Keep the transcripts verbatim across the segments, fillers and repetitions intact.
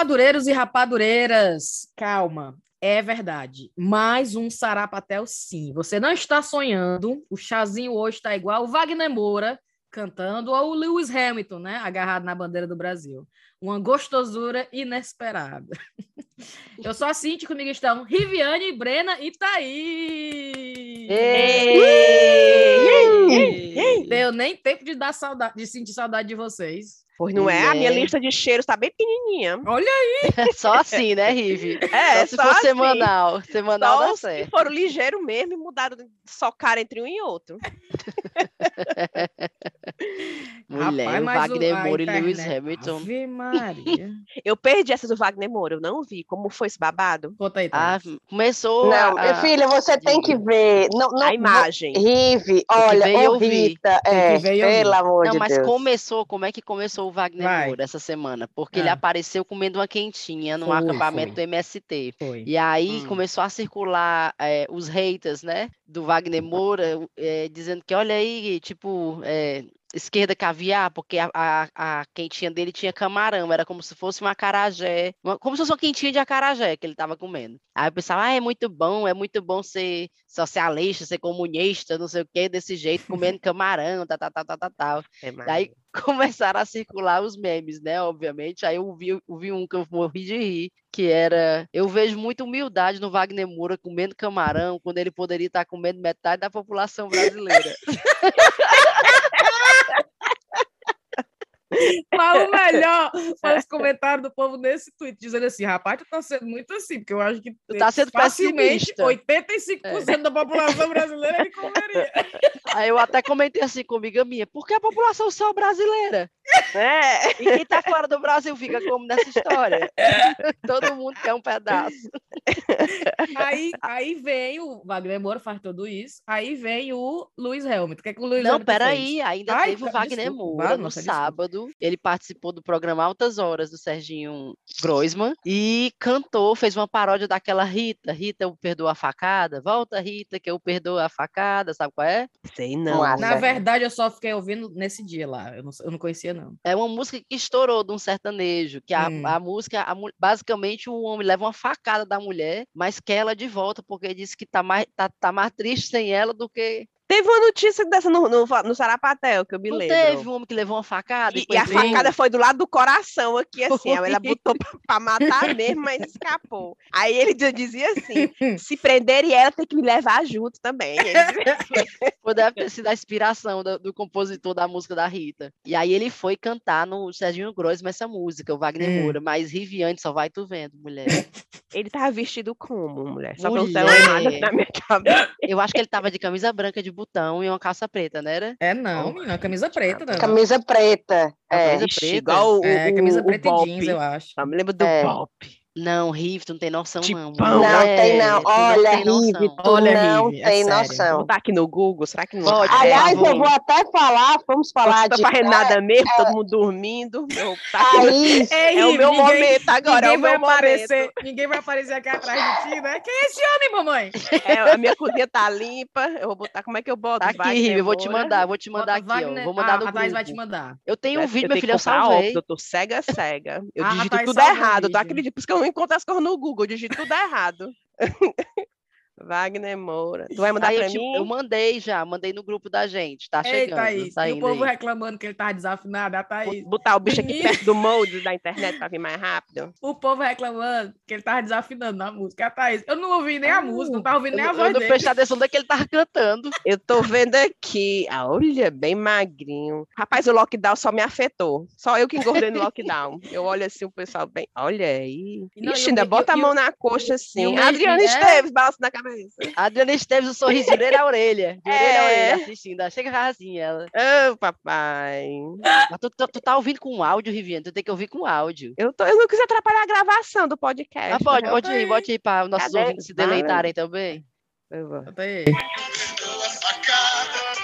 Rapadureiros e rapadureiras, calma, é verdade. Mais um sarapatel, sim. Você não está sonhando. O chazinho hoje está igual o Wagner Moura cantando ou o Lewis Hamilton, né? Agarrado na bandeira do Brasil. Uma gostosura inesperada. Eu sou a Cintia, comigo estão Riviane, Brena e Thaís. Deu nem tempo de dar saudade, de sentir saudade de vocês. Pois não é? É. A minha lista de cheiros tá bem pequenininha. Olha aí! Só assim, né, Rivi? É, só se só for assim. semanal. Semanal Só dá os que certo. foram ligeiros mesmo e mudaram, socaram entre um e outro. Mulher, Rapaz, o mas Wagner o- a Moura e Lewis internet- Hamilton. Ave Maria. Eu perdi essa do Wagner Moura, eu não vi. Como foi esse babado? Conta aí, Ah, Thaís. começou Não, a... minha a- filha, você tem que Diga. ver. Não, não, A imagem. Rive, que olha, ver e ô ouvir. Rita, Tem que é, ver e pelo ouvir. amor Não, de mas Deus. começou, como é que começou o Wagner Vai. Moura essa semana? Porque Ah. ele apareceu comendo uma quentinha num Foi, acampamento foi. do M S T. Foi. E aí Hum. começou a circular é, os haters, né, do Wagner Moura, é, dizendo que olha aí, tipo, é, esquerda caviar, porque a, a, a quentinha dele tinha camarão, era como se fosse uma acarajé, uma- como se fosse uma quentinha de acarajé que ele estava comendo. Aí eu pensava, ah, é muito bom, é muito bom ser socialista, ser comunista, não sei o que, desse jeito, comendo camarão, tal, tal, tal, tal, tal, tal. É, Daí começaram a circular os memes, né? Obviamente. Aí eu vi, eu vi um que eu morri de rir, que era: eu vejo muita humildade no Wagner Moura comendo camarão, quando ele poderia estar comendo metade da população brasileira. Mas o melhor foi os comentários do povo nesse tweet, dizendo assim, rapaz, tu tá sendo muito assim, porque eu acho que Tu tá sendo facilmente pessimista. oitenta e cinco por cento da população brasileira ele comeria. Aí eu até comentei assim com uma amiga minha: por que a população só brasileira? É. E quem tá fora do Brasil fica como nessa história? Todo mundo quer um pedaço. Aí, aí vem o Wagner Moura, faz tudo isso, aí vem o Lewis Hamilton. O que é que o Lewis Não, Hamilton fez? peraí, ainda Ai, teve o ca- Wagner desculpa, Moura vá, no nossa, desculpa. sábado. Ele participou do programa Altas Horas do Serginho Groisman e cantou, fez uma paródia daquela Rita. Rita, eu perdoo a facada. Volta, Rita, que eu perdoo a facada. Sabe qual é? Sei não. Massa. Na verdade, eu só fiquei ouvindo nesse dia lá. Eu não, eu não conhecia, não. É uma música que estourou de um sertanejo, que a, Hum. a música, a mu- basicamente o homem leva uma facada da mulher, mas quer ela de volta, porque diz que tá mais, tá, tá mais triste sem ela do que... Teve uma notícia dessa no, no, no Sarapatel, que eu me Não lembro. teve um homem que levou uma facada? E, e depois a veio- facada foi do lado do coração aqui, assim. Foi. Ela botou pra, pra matar mesmo, mas escapou. Aí ele d- dizia assim: se prenderem ela, tem que me levar junto também. Ele dizia assim. Foi, deve ter sido a inspiração do, do compositor da música da Rita. E aí ele foi cantar no Serginho Groisman essa música, o Wagner Hum. Moura, mas Riviane, só vai tu vendo, mulher. Ele tava vestido como, mulher? Só que eu não Mulher. tenho nada na minha cabeça. Eu acho que ele tava de camisa branca de botão e uma calça preta, não era? É não, menina, camisa preta, né? Camisa preta. É. Camisa Ixi, preta? igual o, É, o, camisa o preta e Bop. jeans, eu acho. Eu me lembro do É. Bop. Não, Rive, tu não tem noção, De não. pão. Não mulher, tem não. tu Olha, tem noção. Rive, tu Olha, não Rive, é tem sério. Vou noção. botar aqui no Google, será que não? Pode, Ah, por Aliás, favor. eu vou até falar, vamos falar Tô de... fazendo nada mesmo, todo mundo dormindo. Eu, tá aqui, Thaís, Ei, é o Rive, meu ninguém- momento agora, é ninguém o vai meu aparecer, momento. ninguém vai aparecer aqui atrás de ti, né? Quem é esse homem, mamãe? É, a minha cozinha tá limpa. Eu vou botar, como é que eu boto? Tá aqui, Wagner Rive, eu vou te Moura. mandar, vou te mandar Bota aqui, ó. Wagner- Vou mandar ah, no a Thaís vai te grupo. mandar. Eu tenho um Eu vídeo, tenho meu filho, eu que comprar salvei. óculos, eu tô cega, cega. Eu Ah, digito Thaís tudo salvou o errado, tu vídeo. acredita? Por isso que eu não encontro as coisas no Google, eu digito tudo errado. Wagner Moura. Tu vai mandar Aí eu, pra te- mim? eu mandei já, mandei no grupo da gente. Tá Ei, chegando, Thaís, tá e o indo povo aí. reclamando que ele tava desafinado, a Thaís. Botar o bicho aqui Menino. perto do molde da internet pra vir mais rápido? O povo reclamando que ele tava desafinando na música. A Thaís, eu não ouvi nem a Ah, música, não tava ouvindo Eu, nem a não- eu voz não dele. prestei atenção daquele ele tava cantando. Eu tô vendo aqui. Ah, olha, bem magrinho. Rapaz, o lockdown só me afetou. Só eu que engordei no lockdown. Eu olho assim, o pessoal bem. Olha aí. E não, Ixi, e o ainda me- bota e- a e mão o- na coxa assim. e o me- Adriana e- é? Esteves, balança na cabeça. A Adriana Esteves, o sorriso de orelha a orelha. De orelha a É. orelha, assistindo. Chega assim ela. Ô, papai. Mas tu, tu, tu tá ouvindo com áudio, Riviane? Tu tem que ouvir com áudio. Eu, tô, eu não quis atrapalhar a gravação do podcast. Ah, pode, né? pode Bota ir, aí. pode ir para os nossos Cadê? ouvintes se Vai. deleitarem também. Eu vou. Bota aí. Perdoa a facada,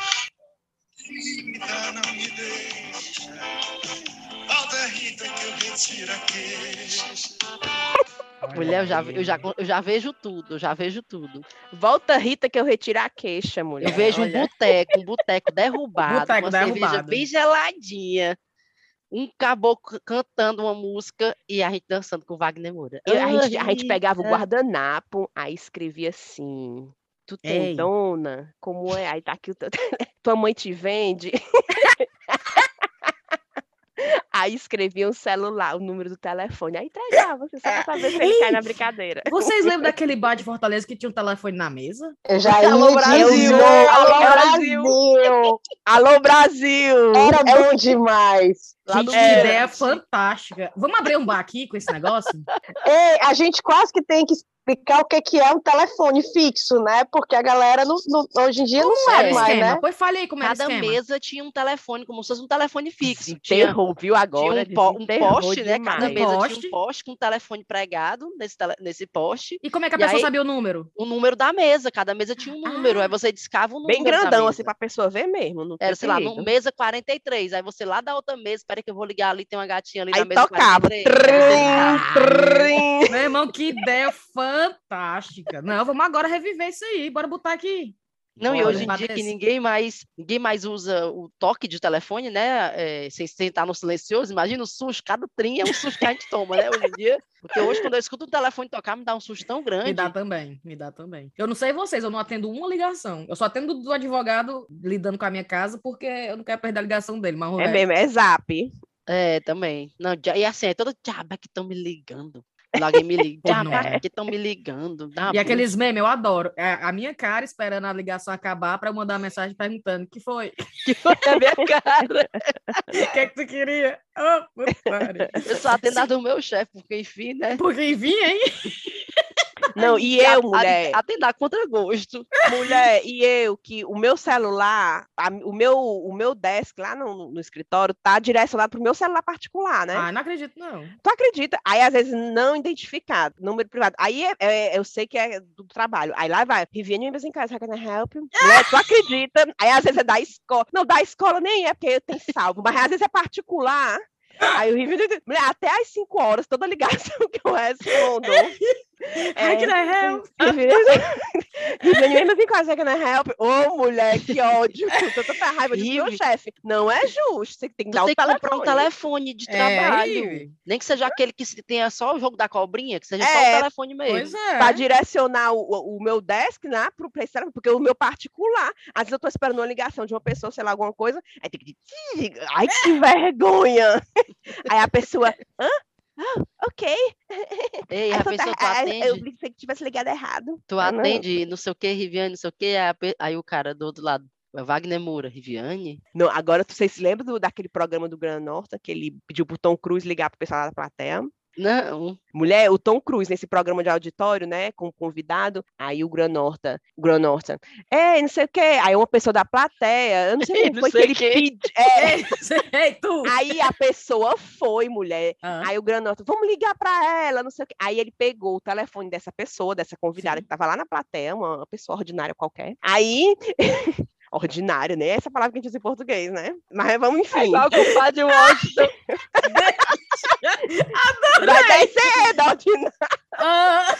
Rita, não me deixa. Volta, Rita, que eu retiro a queixa. Mulher, eu já, eu, já, eu já vejo tudo, eu já vejo tudo. Volta, Rita, que eu retiro a queixa, mulher. Eu vejo um Olha. boteco, um boteco derrubado, Boteco uma cerveja derrubado. bem geladinha. um caboclo cantando uma música e a gente dançando com o Wagner Moura. Eu- a, gente, a gente Ai, pegava o é. guardanapo, aí escrevia assim: Tu tem Ei. dona? Como é? Aí tá aqui o teu. Tua mãe te vende? Aí escrevia um celular, o número do telefone. Aí entregava, você só pra saber se ele Ei. cai na brincadeira. Vocês lembram daquele bar de Fortaleza que tinha um telefone na mesa? Eu já ia Alô, Brasil! dizer, Alô, Alô, Brasil! Brasil! Alô, Brasil! Era bom demais. Lá Gente, no que Mirante. ideia fantástica. Vamos abrir um bar aqui com esse negócio? Ei, a gente quase que tem que explicar o que que é um telefone fixo, né? Porque a galera não, não- hoje em dia não Como sabe era o mais, esquema? né? Pois fale aí como era o Cada esquema. mesa tinha um telefone, como se fosse um telefone fixo. Tinha, Desenterrou, viu tinha agora? um, po- um Desenterrou poste, né? Cada demais. mesa tinha Poste. um poste com um telefone pregado nesse, tele- nesse poste. E como é que a E pessoa aí- sabia o número? O número da mesa, cada mesa tinha um número. Ah. Aí você discava o número Bem da grandão, mesa. assim, pra pessoa ver mesmo. Não Era, ter sei lá, no perigo. mesa quarenta e três. Aí você lá da outra mesa, espera que eu vou ligar ali, tem uma gatinha ali Aí na mesa tocava. quarenta e três. Aí você ligava. Trim, trim. Meu irmão, que ideia fantástica. Não, vamos agora reviver isso aí. Bora botar aqui. Não, e Bora. hoje em Um dia que desse. ninguém mais, ninguém mais usa o toque de telefone, né? É, sem sentar no silencioso. Imagina o susto, cada trim é um susto que a gente toma, né? Hoje em dia. Porque hoje, quando eu escuto o telefone tocar, me dá um susto tão grande. Me dá também, me dá também. Eu não sei vocês, eu não atendo uma ligação. Eu só atendo do advogado lidando com a minha casa porque eu não quero perder a ligação dele. Mas o É resto- mesmo, é zap. É, também. Não, já- e assim, é todo diabo é que estão me ligando. Lá alguém me liga, Pô, diabo não é é. que estão me ligando. Dá uma E aqueles bruxa. memes, eu adoro. É a minha cara esperando a ligação acabar para eu mandar uma mensagem perguntando: o que foi? Que foi a minha cara. O que é que tu queria? Oh, puta que pariu. Eu só atendo a do meu chefe, porque enfim, né? Porque enfim, hein? Não, e A- eu, a- mulher, Atender a contra gosto. mulher, e eu, que o meu celular, a- o, meu, o meu desk lá no, no escritório tá direcionado pro meu celular particular, né? Ah, não acredito, não. Tu acredita? Aí, às vezes, não identificado, número privado. Aí, é- é- eu sei que é do trabalho. Aí, lá vai, Viviane, members em casa, how can I help you? Mulher, tu acredita? Aí, às vezes, é da escola. Não, da escola nem é, porque eu tenho salvo. Mas, às vezes, é particular. Aí, o Viviane, mulher, até às cinco horas, toda ligação que eu respondo. Ai, que da hell. Viviane, members em casa, how can I help you? Ô, mulher, que ódio. Eu tô tanta raiva de meu Rive. chefe. Não é justo. Você tem que dar Você o tem que comprar um telefone. telefone de É, trabalho. Rive. Nem que seja aquele que se- tenha só o jogo da cobrinha, que seja só É, o telefone mesmo. Pois é. Para direcionar o, o- o meu desk, né, pro pra esse telefone, porque o meu particular, às vezes eu tô esperando uma ligação de uma pessoa, sei lá, alguma coisa, aí tem que dizer, ai, que vergonha! Aí a pessoa, hã? Ah, ok. Ei, Aí a só pessoa, tu tá- aí eu atende, pensei que tivesse ligado errado. tu Ah, não. atende, não sei o que, Riviane, não sei o que, aí, a pe- aí o cara do outro lado, é Wagner Moura, Riviane? Não, agora vocês se lembram do- daquele programa do Gran Norte, que ele pediu pro Tom Cruise ligar pro pessoal da plateia? Não, Mulher, o Tom Cruise, nesse programa de auditório, né, com o convidado, aí o Granorta, Granorta, é, não sei o quê, aí uma pessoa da plateia, eu não sei Ei, quem não foi que sei ele quem. pediu, é, Ei, tu! aí a pessoa foi, mulher, Ah, aí o Granorta, vamos ligar para ela, não sei o quê, aí ele pegou o telefone dessa pessoa, dessa convidada Sim. que estava lá na plateia, uma, uma pessoa ordinária qualquer, aí, ordinária, né, essa palavra que a gente usa em português, né, mas vamos, é enfim, igual com o padre Washington. vai descer, da ordinária, ah,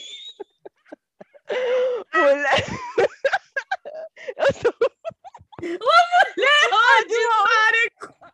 mulher, eu sou ordinária.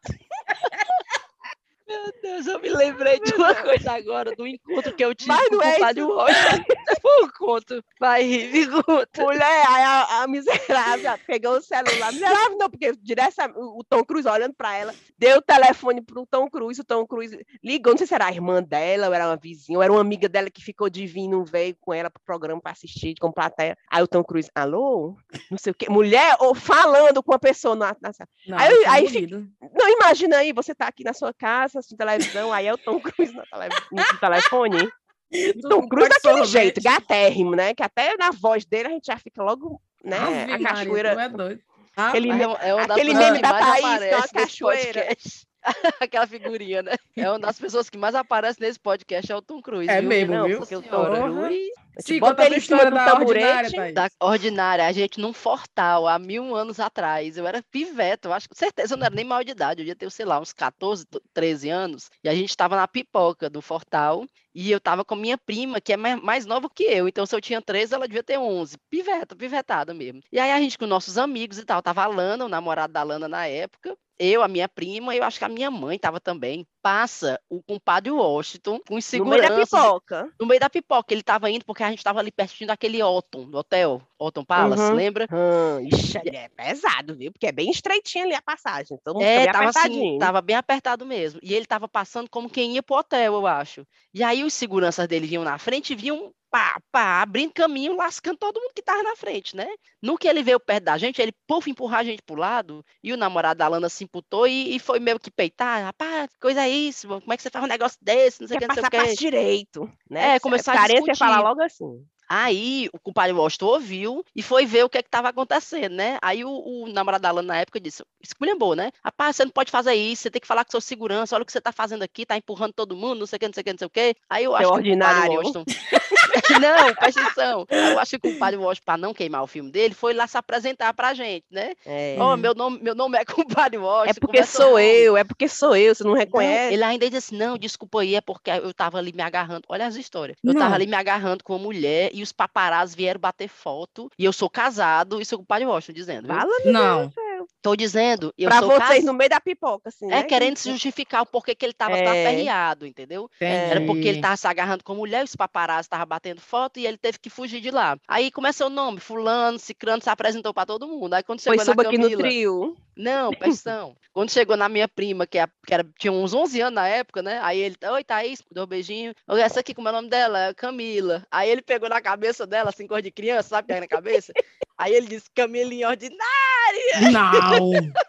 Meu Deus, eu me lembrei de uma coisa agora, do encontro que eu tive Mas com não o é padre isso. Washington. Foi um conto. Vai, Rivi, conta. Mulher, aí a, a miserável pegou o celular. Miserável não, porque direto o, o Tom Cruise olhando pra ela, deu o telefone pro Tom Cruise, o Tom Cruise ligou, não sei se era a irmã dela, ou era uma vizinha, ou era uma amiga dela que ficou de vir, não veio com ela pro programa pra assistir, com plateia. Aí o Tom Cruise, alô? Não sei o quê. Mulher, ou falando com uma pessoa na, na sala. Não, Aí- eu aí duvido. Não, imagina aí, você tá aqui na sua casa, assistindo televisão, aí é o Tom Cruise no, tele, no telefone. E Tu Tom com Cruise pote de daquele sorvete. jeito, gatérrimo, né? Que até na voz dele a gente já fica logo, né? Ave a Maria, cachoeira. tu é doido. Ah, Aquele Mas me- é uma- é uma das aquele pessoas meme que da mais Thaís, que é uma aparece nesse cachoeira. podcast. Aquela figurinha, né? É uma das pessoas que mais aparece nesse podcast, é o Tom Cruise, É viu? mesmo, Nossa viu? Porque o Tom Senhora. Cruise. Sim, bota conta a ele tua em cima história do da taburete. ordinária, Thaís. Da ordinária, a gente num Fortal, há mil anos atrás, eu era pivete, eu acho que certeza eu não era nem maior de idade, eu devia ter, sei lá, uns catorze, treze anos, e a gente estava na pipoca do Fortal, e eu tava com minha prima, que é mais, mais nova que eu, então se eu tinha treze, ela devia ter onze, piveta, pivetada mesmo. E aí a gente com nossos amigos e tal, tava a Lana, o namorado da Lana na época, eu, a minha prima, eu acho que a minha mãe estava também, passa o compadre Washington com os No meio da seguranças pipoca. no meio da pipoca. Ele estava indo porque a gente estava ali pertinho daquele Otton, do hotel, Otton Palace, Uhum. lembra? Hum, ixi, ali é pesado, viu? Porque é bem estreitinho ali a passagem. Todo mundo fica É, bem tava assim, apertadinho. tava bem apertado mesmo. E ele tava passando como quem ia pro hotel, eu acho. E aí os seguranças dele vinham na frente e vinham pá, pá, abrindo caminho, lascando todo mundo que tava na frente, né? No que ele veio perto da gente, ele, puf, empurrar a gente pro lado, e o namorado da Lana se imputou e, e foi meio que peitar. Rapaz, que coisa é isso? Como é que você faz um negócio desse? Não sei o Quer que, não sei o passar passo quê. direito, né? É, começou a Carência é falar discutir. logo assim. Aí o compadre Washington ouviu e foi ver o que estava acontecendo, né? Aí o, o namorado da Lana na época disse, esculhambou, né? Rapaz, você não pode fazer isso, você tem que falar com seu segurança, olha o que você tá fazendo aqui, tá empurrando todo mundo, não sei o que, não sei o que, não sei o que. Aí eu Seu acho que o compadre ordinário. Washington... Não, presta atenção. Aí eu acho que o compadre Washington, para não queimar o filme dele, foi lá se apresentar pra gente, né? É. Ó, Uhum. meu nome, meu nome é compadre É Washington, porque como é seu sou nome? eu, é porque sou eu, você não Não, reconhece? ele ainda disse assim, não, desculpa aí, é porque eu tava ali me agarrando. Olha as histórias. Eu Não. tava ali me agarrando com uma mulher e os paparazzi vieram bater foto e eu sou casado, isso é o compadre Washington dizendo, viu? Fala, Não. Tô dizendo, eu pra sou vocês casado. no meio da pipoca, assim, É, né? querendo se justificar o porquê que ele tava tão É. aperreado, entendeu? Era porque ele Entendi. tava se agarrando com a mulher, os paparazzi estavam batendo foto e ele teve que fugir de lá. Aí começou o nome, fulano, cicrano, se apresentou pra todo mundo. Aí quando Foi chegou na suba aqui no Camila... trio. Não, presta atenção. Quando chegou na minha prima, que, é, que era, tinha uns onze anos na época, né? Aí ele, oi, Thaís, deu um beijinho. Oi, essa aqui, como é o nome dela? É Camila. Aí ele pegou na cabeça dela, assim, cor de criança, sabe? Pega na cabeça. Aí ele disse, Camilinha ordinária. Não.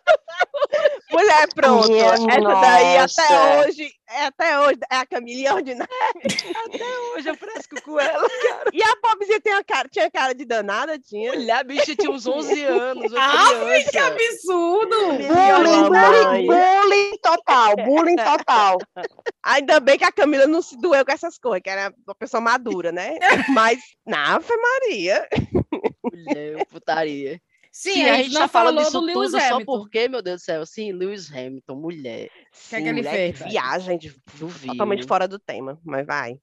Mulher, pronto. Minha Essa daí nossa. até hoje, é até hoje, é a Camilinha ordinária. Hoje eu fresco com ela, cara. E a pobrezinha tem a cara, tinha cara de danada, tinha. Mulher, a bicha tinha uns onze anos, uma Ah, que criança. absurdo! Bullying, Minha mãe. bullying, bullying total, bullying total. Ainda bem que a Camila não se doeu com essas coisas, que era uma pessoa madura, né? Mas, na Ave Maria. Mulher, putaria. Sim, Sim, a gente não tá falando falou disso do Lewis tudo só Hamilton. porque, meu Deus do céu, sim, Lewis Hamilton, mulher. que é que ele mulher, fez, que Thaís? viagem, de, Tu viu? totalmente fora do tema, mas vai.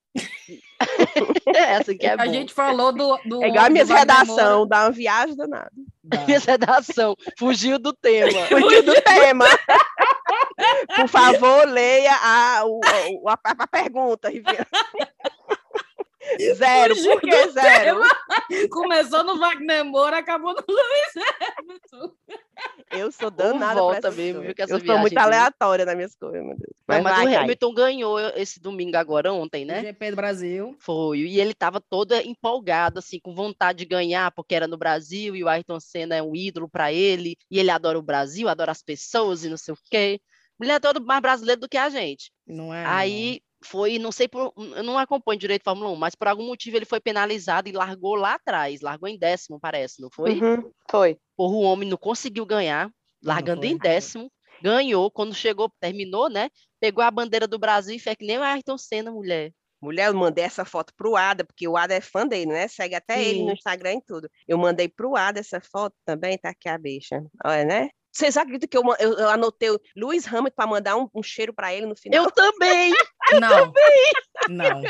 Essa que é A bom. gente falou do. do É igual a homem minha do Wagner redação, Moura. dá uma viagem danada. Dá. Minha redação fugiu do tema. Fugiu do tema. Por favor, leia a, o, o- a, a pergunta, Riviane. Zero, Fugiu por que do zero? Começou no Wagner Moura, acabou no Lewis Hamilton. Eu sou danada volta pra essas mesmo, coisas. viu, que essa Eu sou viagem muito dele. aleatória nas minhas coisas, meu Deus. Não, Mas mas vai, o Kai. Hamilton ganhou esse domingo agora, ontem, O né? G P do Brasil. Foi. E ele tava todo empolgado, assim, com vontade de ganhar, porque era no Brasil e o Ayrton Senna é um ídolo pra ele. E ele adora o Brasil, adora as pessoas e não sei o quê. Mulher é todo mais brasileiro do que a gente. Não é? Aí foi, não sei, por, eu não acompanho direito a Fórmula um, mas por algum motivo ele foi penalizado e largou lá atrás, largou em décimo, parece, não foi? Uhum, foi. Porra, o homem não conseguiu ganhar, largando foi. em décimo, ganhou, quando chegou, terminou, né? Pegou a bandeira do Brasil e fez que nem o Ayrton Senna, mulher. Mulher, eu mandei essa foto pro Ada, porque o Ada é fã dele, né? Segue até Sim. ele no Instagram e tudo. Eu mandei pro Ada essa foto também, tá aqui a bicha. Olha, né? Vocês acreditam que eu, ma- eu, eu anotei o Lewis Hamilton para mandar um, um cheiro para ele no final? Eu também! Não. Não.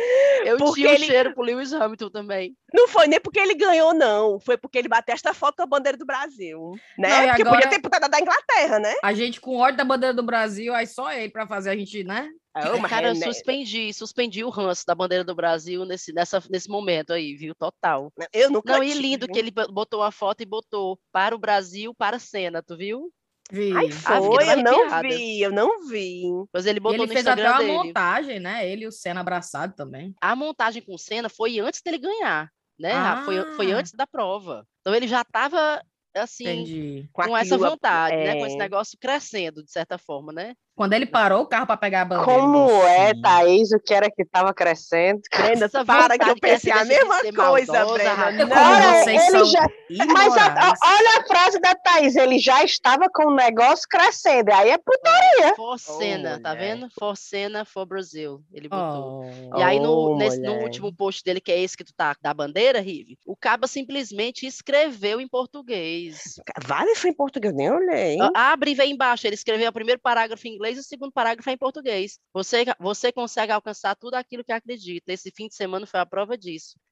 Eu Porque tinha um ele- cheiro pro Lewis Hamilton também. Não foi nem porque ele ganhou, não. Foi porque ele bateu esta foto com a bandeira do Brasil. Né? Não, e porque agora- podia ter putado da Inglaterra, né? A gente com ódio da bandeira do Brasil, aí só ele pra fazer a gente, né? Ah, mas Cara, é, eu né? suspendi, suspendi o ranço da bandeira do Brasil nesse, nessa, nesse momento aí, viu? Total. Eu nunca Não, e tive. lindo que ele botou a foto e botou para o Brasil, para a cena, tu viu? Vi. Ai, Ah, fiquei foi, eu não arrepiada. vi, eu não vi. Pois ele E botou ele no fez até Instagram uma dele. montagem, né? Ele e o Senna abraçado também. A montagem com cena foi antes dele ganhar, né? Ah. Foi, foi antes da prova. Então ele já estava assim, Entendi. Com, com essa aquilo, vontade, né? Com é, esse negócio crescendo, de certa forma, né? Quando ele parou o carro pra pegar a bandeira. Como eu disse, é, "Sim." Thaís, o que era que estava crescendo? Brenda, Essa para que eu vontade que essa pensei a deixa de mesma ser coisa, maldosa, Brenda. Raquel. Como Não, vocês ele são já- Mas a- imorais. olha a frase da Thaís, ele já estava com o negócio crescendo. Aí é putaria. For Cena, Oh, tá mulher. vendo? For Cena, for Brasil. Ele botou. Oh. E aí, no, Oh, nesse, no mulher. último post dele, que é esse que tu tá, da bandeira, Rive, o Caba simplesmente escreveu em português. Vale foi em português, nem olhei. Ah, Abre e vem embaixo. Ele escreveu o primeiro parágrafo em inglês e o segundo parágrafo é em português. Você, você consegue alcançar tudo aquilo que acredita. Esse fim de semana foi a prova disso.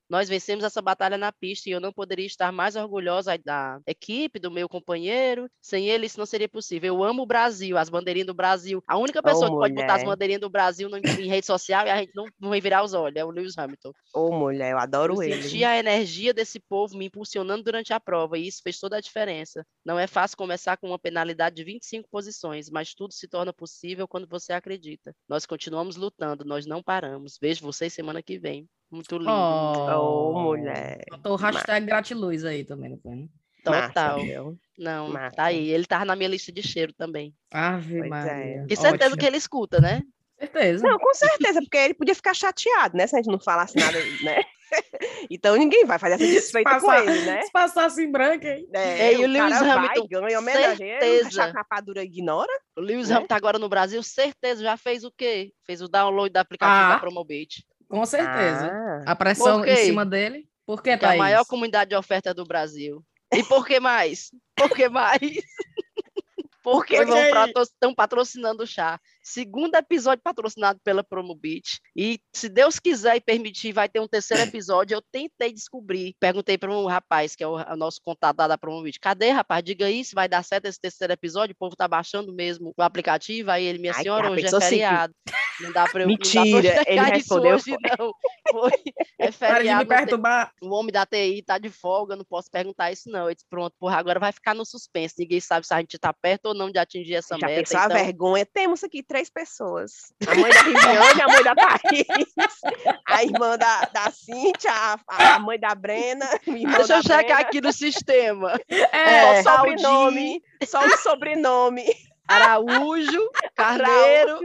Nós vencemos essa batalha na pista e eu não poderia estar mais orgulhosa da equipe, do meu companheiro. Sem ele, isso não seria possível. Eu amo o Brasil, as bandeirinhas do Brasil. A única pessoa Ô, que pode botar as mulher. bandeirinhas do Brasil no- em rede social e a gente não, não vai virar os olhos, é o Lewis Hamilton. Ô, mulher, eu adoro Eu ele. senti a energia desse povo me impulsionando durante a prova e isso fez toda a diferença. Não é fácil começar com uma penalidade de vinte e cinco posições, mas tudo se torna possível quando você acredita. Nós continuamos lutando, nós não paramos. Vejo vocês semana que vem. Muito lindo, mulher. Ô, Oh. mulher. Botou o hashtag gratiluz aí também, não foi? né? Massa, Total. viu? Não, Massa. tá aí. Ele tava na minha lista de cheiro também. Ave Pois é. Maria. Que certeza Ótimo. que ele escuta, né? Certeza. Não, com certeza, porque ele podia ficar chateado, né? Se a gente não falasse nada, né? Então ninguém vai fazer essa desfeita com Passar- ele, né? Se passasse em branco, hein? É, É, e o Lewis cara Hamilton, vai, ganha homenagem. certeza. A rapadura ignora. O Lewis Né? Hamilton agora no Brasil, certeza, já fez o quê? Fez o download do aplicativo Ah. da Promobit. Com certeza. Ah, A pressão Por quê? em cima dele. Por que, Que é a Thaís? maior comunidade de oferta do Brasil. E por que mais? Por que mais? Porque Porque vão aí- patro- estão patrocinando o chá. Segundo episódio patrocinado pela Promobit. E se Deus quiser e permitir, vai ter um terceiro episódio. Eu tentei descobrir. Perguntei para um rapaz, que é o, o nosso contato lá da Promobit. Cadê, rapaz? Diga aí se vai dar certo esse terceiro episódio. O povo tá baixando mesmo o aplicativo. Aí ele, minha Ai, senhora, a hoje é pessoa se- feriado. Não dá para eu Mentira, não dá pra eu ele chegar isso respondeu, hoje, não. Foi, é Para de me feriado. não tem- perturbar. o homem da T I tá de folga, não posso perguntar isso não. Eu disse, pronto, porra, agora vai ficar no suspense. Ninguém sabe se a gente tá perto ou não de atingir essa já meta. pensou a Então, vergonha? Temos aqui três pessoas. A mãe da Viviane, a mãe da Thaís, a irmã da, da Cíntia, a, a mãe da Brena, o irmão deixa da eu checar Brena. aqui no sistema. É, Só o Aldi, sobrenome, só o sobrenome. Araújo, Carneiro.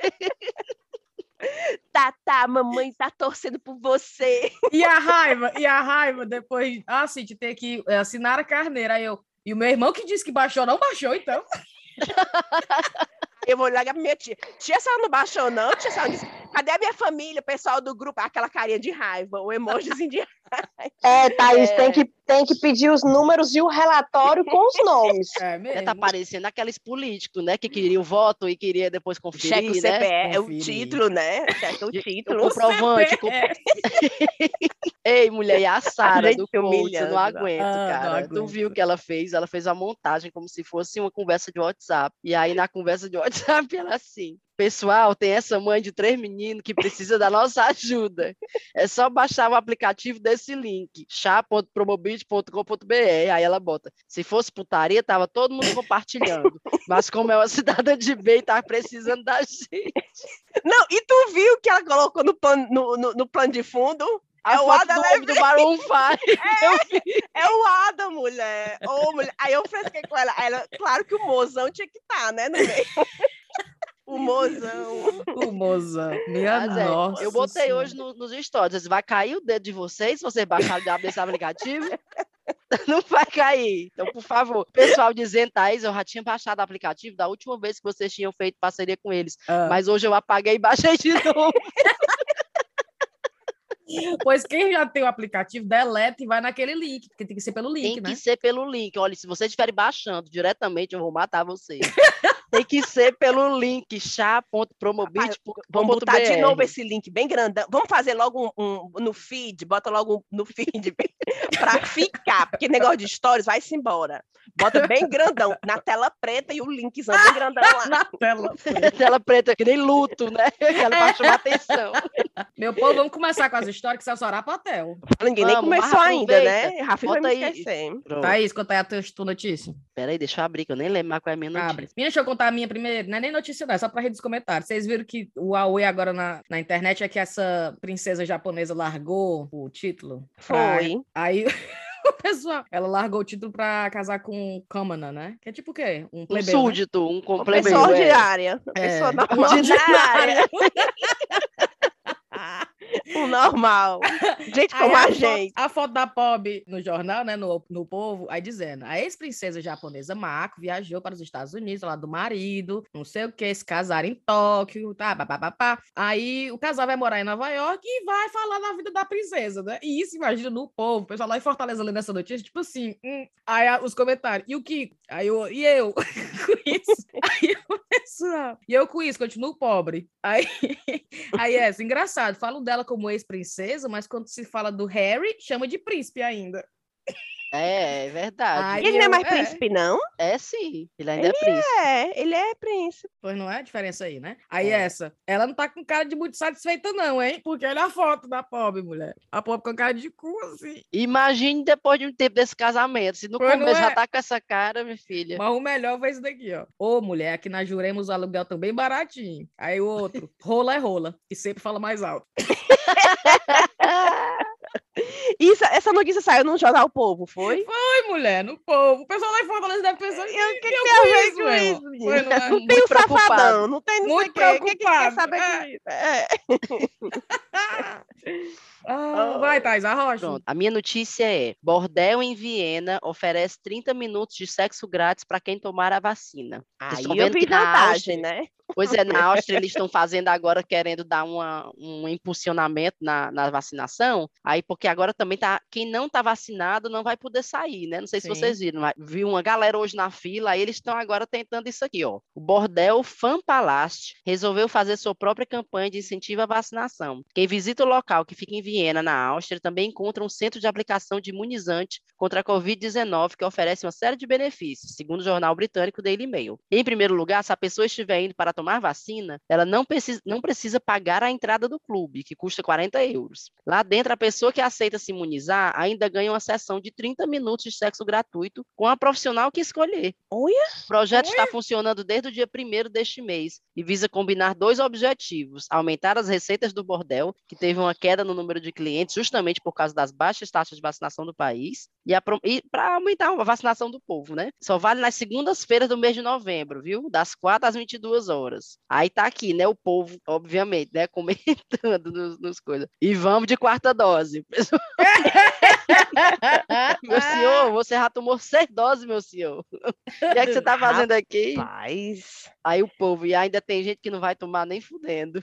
Tá, tá, mamãe tá torcendo por você. E a raiva, e a raiva depois. Ah, sim, de ter que é, assinar a carneira. Aí eu. E o meu irmão que disse que baixou, não baixou, então. Eu vou olhar pra minha tia. Tia, se ela não baixou, não. Tia, se ela disse, cadê a minha família, o pessoal do grupo? Aquela carinha de raiva, o emojizinho de raiva. É, Thaís, É. tem, que, tem que pedir os números e o relatório com os nomes. É Já mesmo. tá parecendo aqueles políticos, né? Que queria o voto e queria depois conferir, Checa o né? C P F, é o Conferir. título, né? Checa o O título. comprovante. o compro- Ei, mulher, e a Sara Gente do coach, eu humilhando, não não. aguento, Ah, não cara. Tu aguento. viu o que ela fez? Ela fez a montagem como se fosse uma conversa de WhatsApp. E aí, na conversa de WhatsApp, ela assim... Pessoal, tem essa mãe de três meninos que precisa da nossa ajuda. É só baixar o aplicativo desse link, chá ponto promobit ponto com ponto b r. Aí ela bota, se fosse putaria, tava todo mundo compartilhando. Mas como é uma cidadã de bem, tá precisando da gente. Não, e tu viu que ela colocou no plano, no, no, no plano de fundo? A É o foto Adam do homem do Maroon cinco. Eu vi. É o Adam, mulher. Ô, mulher. Aí eu fresquei com ela. Aí ela. Claro que o mozão tinha que estar, né? No meio. O mozão. O mozão. Minha Mas é, nossa. eu botei Senhora. hoje no- nos stories, vai cair o dedo de vocês se vocês baixarem o diabo desse aplicativo? Não vai cair. Então, por favor, pessoal dizendo, Thaís, eu já tinha baixado o aplicativo da última vez que vocês tinham feito parceria com eles, Ah. mas hoje eu apaguei e baixei de novo. Pois quem já tem o aplicativo, deleta e vai naquele link, porque tem que ser pelo link, Tem né? que ser pelo link. Olha, se vocês estiverem baixando diretamente, eu vou matar vocês. Tem que ser pelo link, chá ponto promobit ponto com ponto b r. Vamos botar de novo esse link bem grandão. Vamos fazer logo um, um no feed, bota logo um no feed para ficar, porque negócio de stories vai-se embora. Bota bem grandão, na tela preta e o linkzão bem grandão lá. Na tela. Tela preta, que nem luto, né? Aquela pra chamar atenção. Meu povo, vamos começar com as histórias que são Sorapatel. Ninguém nem Vamos, mas começou ainda, aproveita. né? Rafa vai Bota me aí. esquecer. Pronto. Thaís, conta aí a tua, tua notícia. Peraí, deixa eu abrir, que eu nem lembro mais qual é a minha notícia. Abre. Menina, deixa eu contar a minha primeira. Não é nem notícia, não, é só pra rede dos comentários. Vocês viram que o Aoi agora na, na internet é que essa princesa japonesa largou o título? pra- Foi. Aí o pessoal, ela largou o título pra casar com Kamana, né? Que é tipo o quê? Um Um plebeu, né? súdito, um Uma complemento. pessoa é. ordinária. Uma É. pessoa normal. Ordinária. Um normal. Gente Aí como a a foto- gente. A foto da Pob no jornal, né, no, no Povo, aí dizendo, a ex-princesa japonesa Mako viajou para os Estados Unidos, lá do marido, não sei o que, se casaram em Tóquio, tá, papapá. Aí o casal vai morar em Nova York e vai falar da vida da princesa, né? E isso, imagina, no Povo, o pessoal lá em Fortaleza lendo essa notícia, tipo assim, hum. Aí a- os comentários, e o Kiko? Aí eu, e eu? Com isso? Aí o pessoal, e eu com isso, continuo pobre. Aí, aí é, engraçado, falam dela como como ex-princesa, mas quando se fala do Harry, chama de príncipe ainda. É, é verdade. Ai, Ele não é eu- mais é. príncipe, não? É sim, ele ainda é príncipe. É, ele é príncipe. Pois não é a diferença aí, né? Aí É. essa, ela não tá com cara de muito satisfeita não, hein? Porque olha a foto da pobre mulher. A pobre com cara de cu, assim. Imagine depois de um tempo desse casamento. Se no Pois não começo é? já tá com essa cara, minha filha. Mas o melhor foi esse daqui, ó. Ô, mulher, aqui na Juremos o aluguel tão bem baratinho. Aí o outro, rola é rola, que sempre fala mais alto. Isso, essa notícia saiu no Jornal O Povo, foi? Oi, mulher, no povo. O pessoal lá em Fortaleza deve pensar, E "Ih, o que, que eu tem a ver conheço, com meu isso, irmão." menina? Pois não é? Não tem Muito o preocupado. safadão, não tem não Muito sei o quê. O que, que quer preocupado, saber é. com isso? É. Ah, vai, Thais, arrocha. Pronto, a minha notícia é: bordel em Viena oferece trinta minutos de sexo grátis para quem tomar a vacina. Vocês Aí estão eu vendo vi que na vantagem, Áustria, né? pois é, na Áustria eles estão fazendo agora, querendo dar uma, um impulsionamento na, na vacinação, aí porque agora também tá, quem não está vacinado não vai poder sair, né? Não sei Sim. se vocês viram, mas vi uma galera hoje na fila, aí eles estão agora tentando isso aqui, ó. O bordel Fan Palast resolveu fazer sua própria campanha de incentivo à vacinação. Quem visita o local, que fica em Viena, na Áustria, também encontra um centro de aplicação de imunizante contra a covid dezenove que oferece uma série de benefícios, segundo o jornal britânico Daily Mail. Em primeiro lugar, se a pessoa estiver indo para tomar vacina, ela não precisa, não precisa pagar a entrada do clube, que custa quarenta euros. Lá dentro, a pessoa que aceita se imunizar ainda ganha uma sessão de trinta minutos de sexo gratuito com a profissional que escolher. Olha. O projeto está funcionando desde o dia primeiro deste mês e visa combinar dois objetivos: aumentar as receitas do bordel, que teve uma queda no número de clientes justamente por causa das baixas taxas de vacinação do país, e, e para aumentar a vacinação do povo, né? Só vale nas segundas-feiras do mês de novembro, viu? Das quatro às vinte e duas horas. Aí tá aqui, né? O povo, obviamente, né? Comentando nos, nos coisas. E vamos de quarta dose. Meu senhor, você já tomou seis doses, meu senhor. O que é que você tá fazendo aqui? Rapaz. Aí o povo, e ainda tem gente que não vai tomar nem fudendo.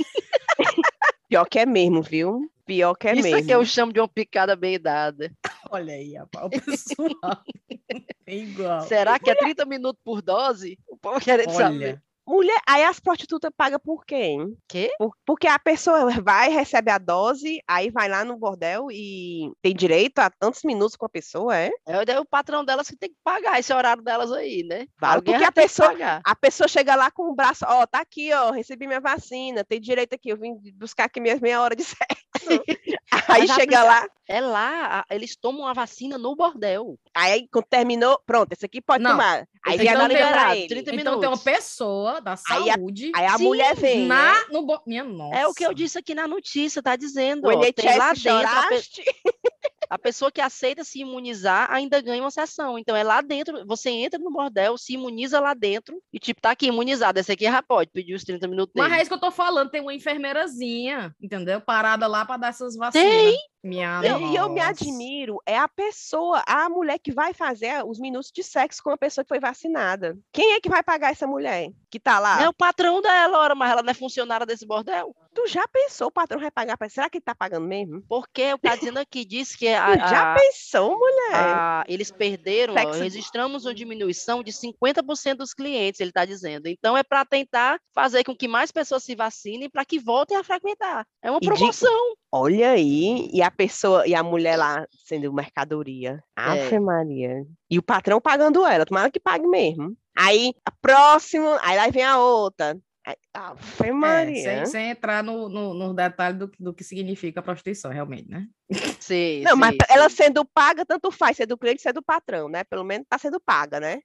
Pior que é mesmo, viu? Pior que é Isso mesmo. aqui eu chamo de uma picada bem dada. Olha aí, rapaz, o pessoal. É igual. Será que é trinta minutos por dose? O povo querendo saber. Olha, Mulher, aí as prostitutas pagam por quem? Quê? Por- porque a pessoa vai, recebe a dose, aí vai lá no bordel e tem direito a tantos minutos com a pessoa, é? É daí o patrão delas que tem que pagar esse horário delas aí, né? Vale, Alguém porque vai a ter que pessoa- pagar. A pessoa chega lá com o braço, ó, tá aqui, ó, recebi minha vacina, tem direito aqui, eu vim buscar aqui minhas meia hora de sexo. Aí Mas a chega aplica- lá, É lá, a- eles tomam a vacina no bordel. aí quando terminou, pronto, esse aqui pode Não, tomar. Aí esse vem aqui a tá mulher pra liberado, ele. trinta então tem uma minutos. pessoa da Aí a- saúde Aí a Sim, mulher vem, né? na, no, bo- minha nossa. É o que eu disse aqui na notícia, tá dizendo. O Ó, tem lá N H S dentro, a, pe- choraste. a pessoa que aceita se imunizar ainda ganha uma sessão. Então é lá dentro, você entra no bordel, se imuniza lá dentro e tipo, tá aqui imunizado. Esse aqui já pode pedir os trinta minutos Mas dele. é isso que eu tô falando, tem uma enfermeirazinha, entendeu? Parada lá pra dar essas vacinas. Tem. Minha Não, e eu me nossa. admiro, é a pessoa, a mulher que vai fazer os minutos de sexo com a pessoa que foi vacinada. Quem é que vai pagar essa mulher que tá lá? É o patrão dela, ora, mas ela não é funcionária desse bordel. Tu já pensou, o patrão vai pagar pra... Será que ele tá pagando mesmo? Porque o que tá dizendo aqui diz que Tu a, já a- pensou, mulher? a- eles perderam, ó, Sexo- registramos uma diminuição de cinquenta por cento dos clientes, ele está dizendo. Então é para tentar fazer com que mais pessoas se vacinem para que voltem a frequentar. É uma E de- promoção. Olha aí, e a pessoa, e a mulher lá sendo mercadoria. Ave É. Maria. E o patrão pagando ela, tomara que pague mesmo. Aí, a próxima, aí lá vem a outra. Aí, Ave É, Maria. sem, sem entrar no, no, no detalhe do, do que significa a prostituição, realmente, né? Sim, Não, mas sim, ela sim. sendo paga, tanto faz, ser do cliente, ser do patrão, né? Pelo menos tá sendo paga, né?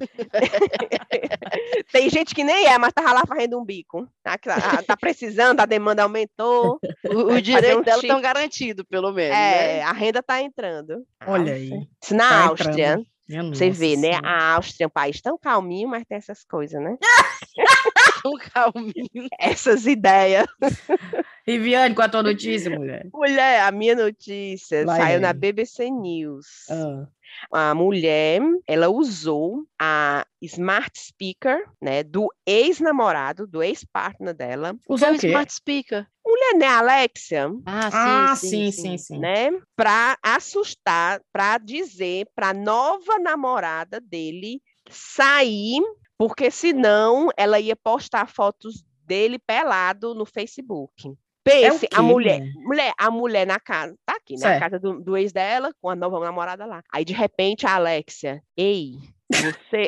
Tem gente que nem é, mas tá lá fazendo um bico. Tá, ah, tá precisando, a demanda aumentou. O, o fazer direito um dela tipo- estão garantido, pelo menos, É, né? a renda tá entrando. Olha Ave. aí. Isso na Tá Áustria, entrando. Minha você nossa vê, né? Senhora. A Áustria é um país tão calminho, mas tem essas coisas, né? Um calminho. Essas ideias. Riviane, qual a tua notícia, mulher? Mulher, a minha notícia Vai, saiu na vem. B B C News. Ah, A mulher, ela usou a smart speaker, né, do ex-namorado, do ex-partner dela. Usou Usou o o quê? Smart Speaker. Mulher, né, Alexia, Ah, Ah, sim, sim, sim, sim. né, para assustar, para dizer para nova namorada dele sair, porque senão ela ia postar fotos dele pelado no Facebook. Pense, quê, a mulher, mulher? mulher, a mulher na casa, tá aqui, né? A Certo. casa do, do ex dela, com a nova namorada lá. Aí, de repente, a Alexia, ei, você...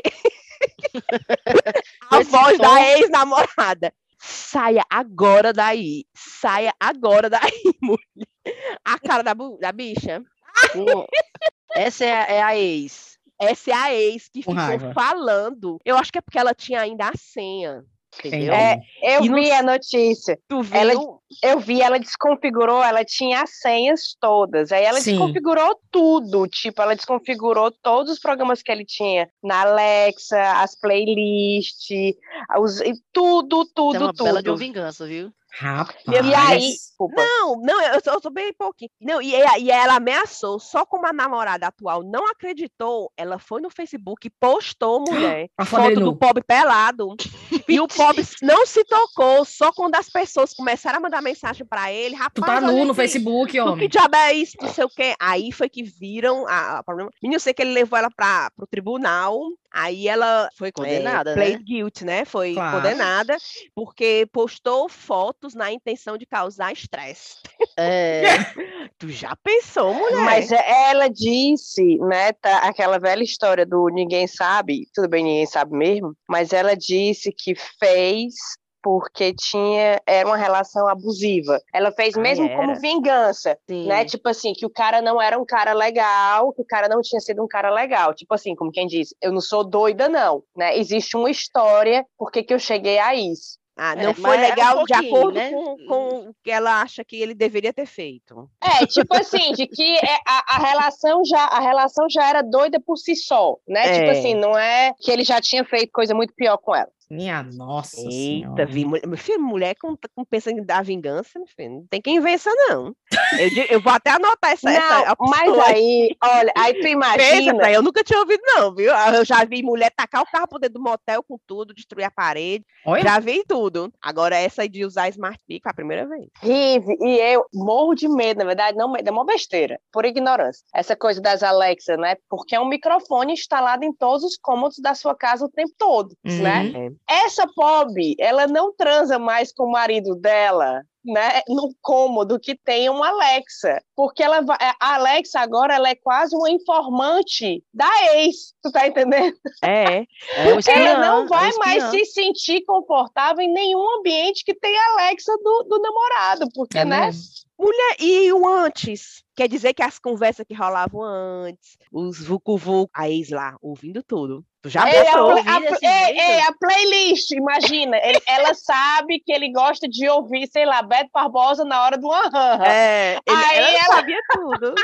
Com a esse voz tom. da ex-namorada. Saia agora daí. Saia agora daí, mulher. A cara da, bu- da bicha. Com- Essa é a, é a ex. Essa é a ex que Com ficou raiva. falando. Eu acho que é porque ela tinha ainda a senha. Entendeu? É, eu E não vi a notícia. Tu viu? Ela, eu vi, ela desconfigurou, ela tinha as senhas todas. Aí ela Sim. desconfigurou tudo. Tipo, ela desconfigurou todos os programas que ele tinha na Alexa, as playlists, os, e tudo, Isso é uma tudo, bela de uma tudo. vingança, viu? Rapaz. E aí, desculpa. Não, não, eu sou, eu sou bem pouquinho. Não, e, e ela ameaçou, só como a namorada atual não acreditou, ela foi no Facebook e postou, mulher, A foto dele foto do nu. pobre pelado. E o pobre não se tocou, só quando as pessoas começaram a mandar mensagem pra ele, rapaz, Tu tá olha nu no aqui, Facebook, tu, que homem. diabo é isso, não sei o quê. Aí foi que viram a, a problema. Menino, eu sei que ele levou ela para o tribunal. Aí ela foi Condenada, é, né? plead guilty, né? Foi Claro. condenada porque postou fotos na intenção de causar estresse. É. Tu já pensou, mulher? Mas ela disse, né, tá, aquela velha história do ninguém sabe, tudo bem, ninguém sabe mesmo, mas ela disse que fez porque tinha, era uma relação abusiva. Ela fez Ah, mesmo era? como vingança, Sim. né? Tipo assim, que o cara não era um cara legal, que o cara não tinha sido um cara legal. Tipo assim, como quem diz, eu não sou doida, não, né? Existe uma história por que que eu cheguei a isso. Ah, É, não foi mas é um legal de pouquinho, acordo né? com, com o que ela acha que ele deveria ter feito. É, tipo assim, de que é- a, a relação já a relação já era doida por si só, né? É. Tipo assim, não é que ele já tinha feito coisa muito pior com ela. Minha nossa Eita, senhora. vi, mulher, meu filho, mulher com, com pensando em dar vingança, meu filho, não tem quem vença, não. Eu, di- eu vou até anotar essa, essa Não, mas opção aí. aí, olha, aí tu Pensa, imagina. essa aí eu nunca tinha ouvido, não, viu? Eu já vi mulher tacar o carro por dentro do motel com tudo, destruir a parede. Olha. Já vi tudo. Agora, essa aí de usar Smart Pick foi a primeira vez. Rive, e eu morro de medo, na verdade, não medo, é uma besteira, por ignorância. Essa coisa das Alexa, né? Porque é um microfone instalado em todos os cômodos da sua casa o tempo todo, Uhum. né? É. Essa pobre, ela não transa mais com o marido dela, né, no cômodo que tem uma Alexa, porque ela vai, a Alexa agora ela é quase uma informante da ex, tu tá entendendo? É. É um espião, Ela não é um vai mais espião. se sentir confortável em nenhum ambiente que tenha a Alexa do, do namorado, porque, É né? mesmo? Mulher, e o antes? Quer dizer que as conversas que rolavam antes, os vucu-vucu, a ex lá, ouvindo tudo. Tu já É, a, pensou? pla- ouvir a- desse é, jeito? é, a playlist, imagina, ele- ela sabe que ele gosta de ouvir, sei lá, Beto Barbosa na hora do aham. É, ele, Aí ela, ela- sabia tudo.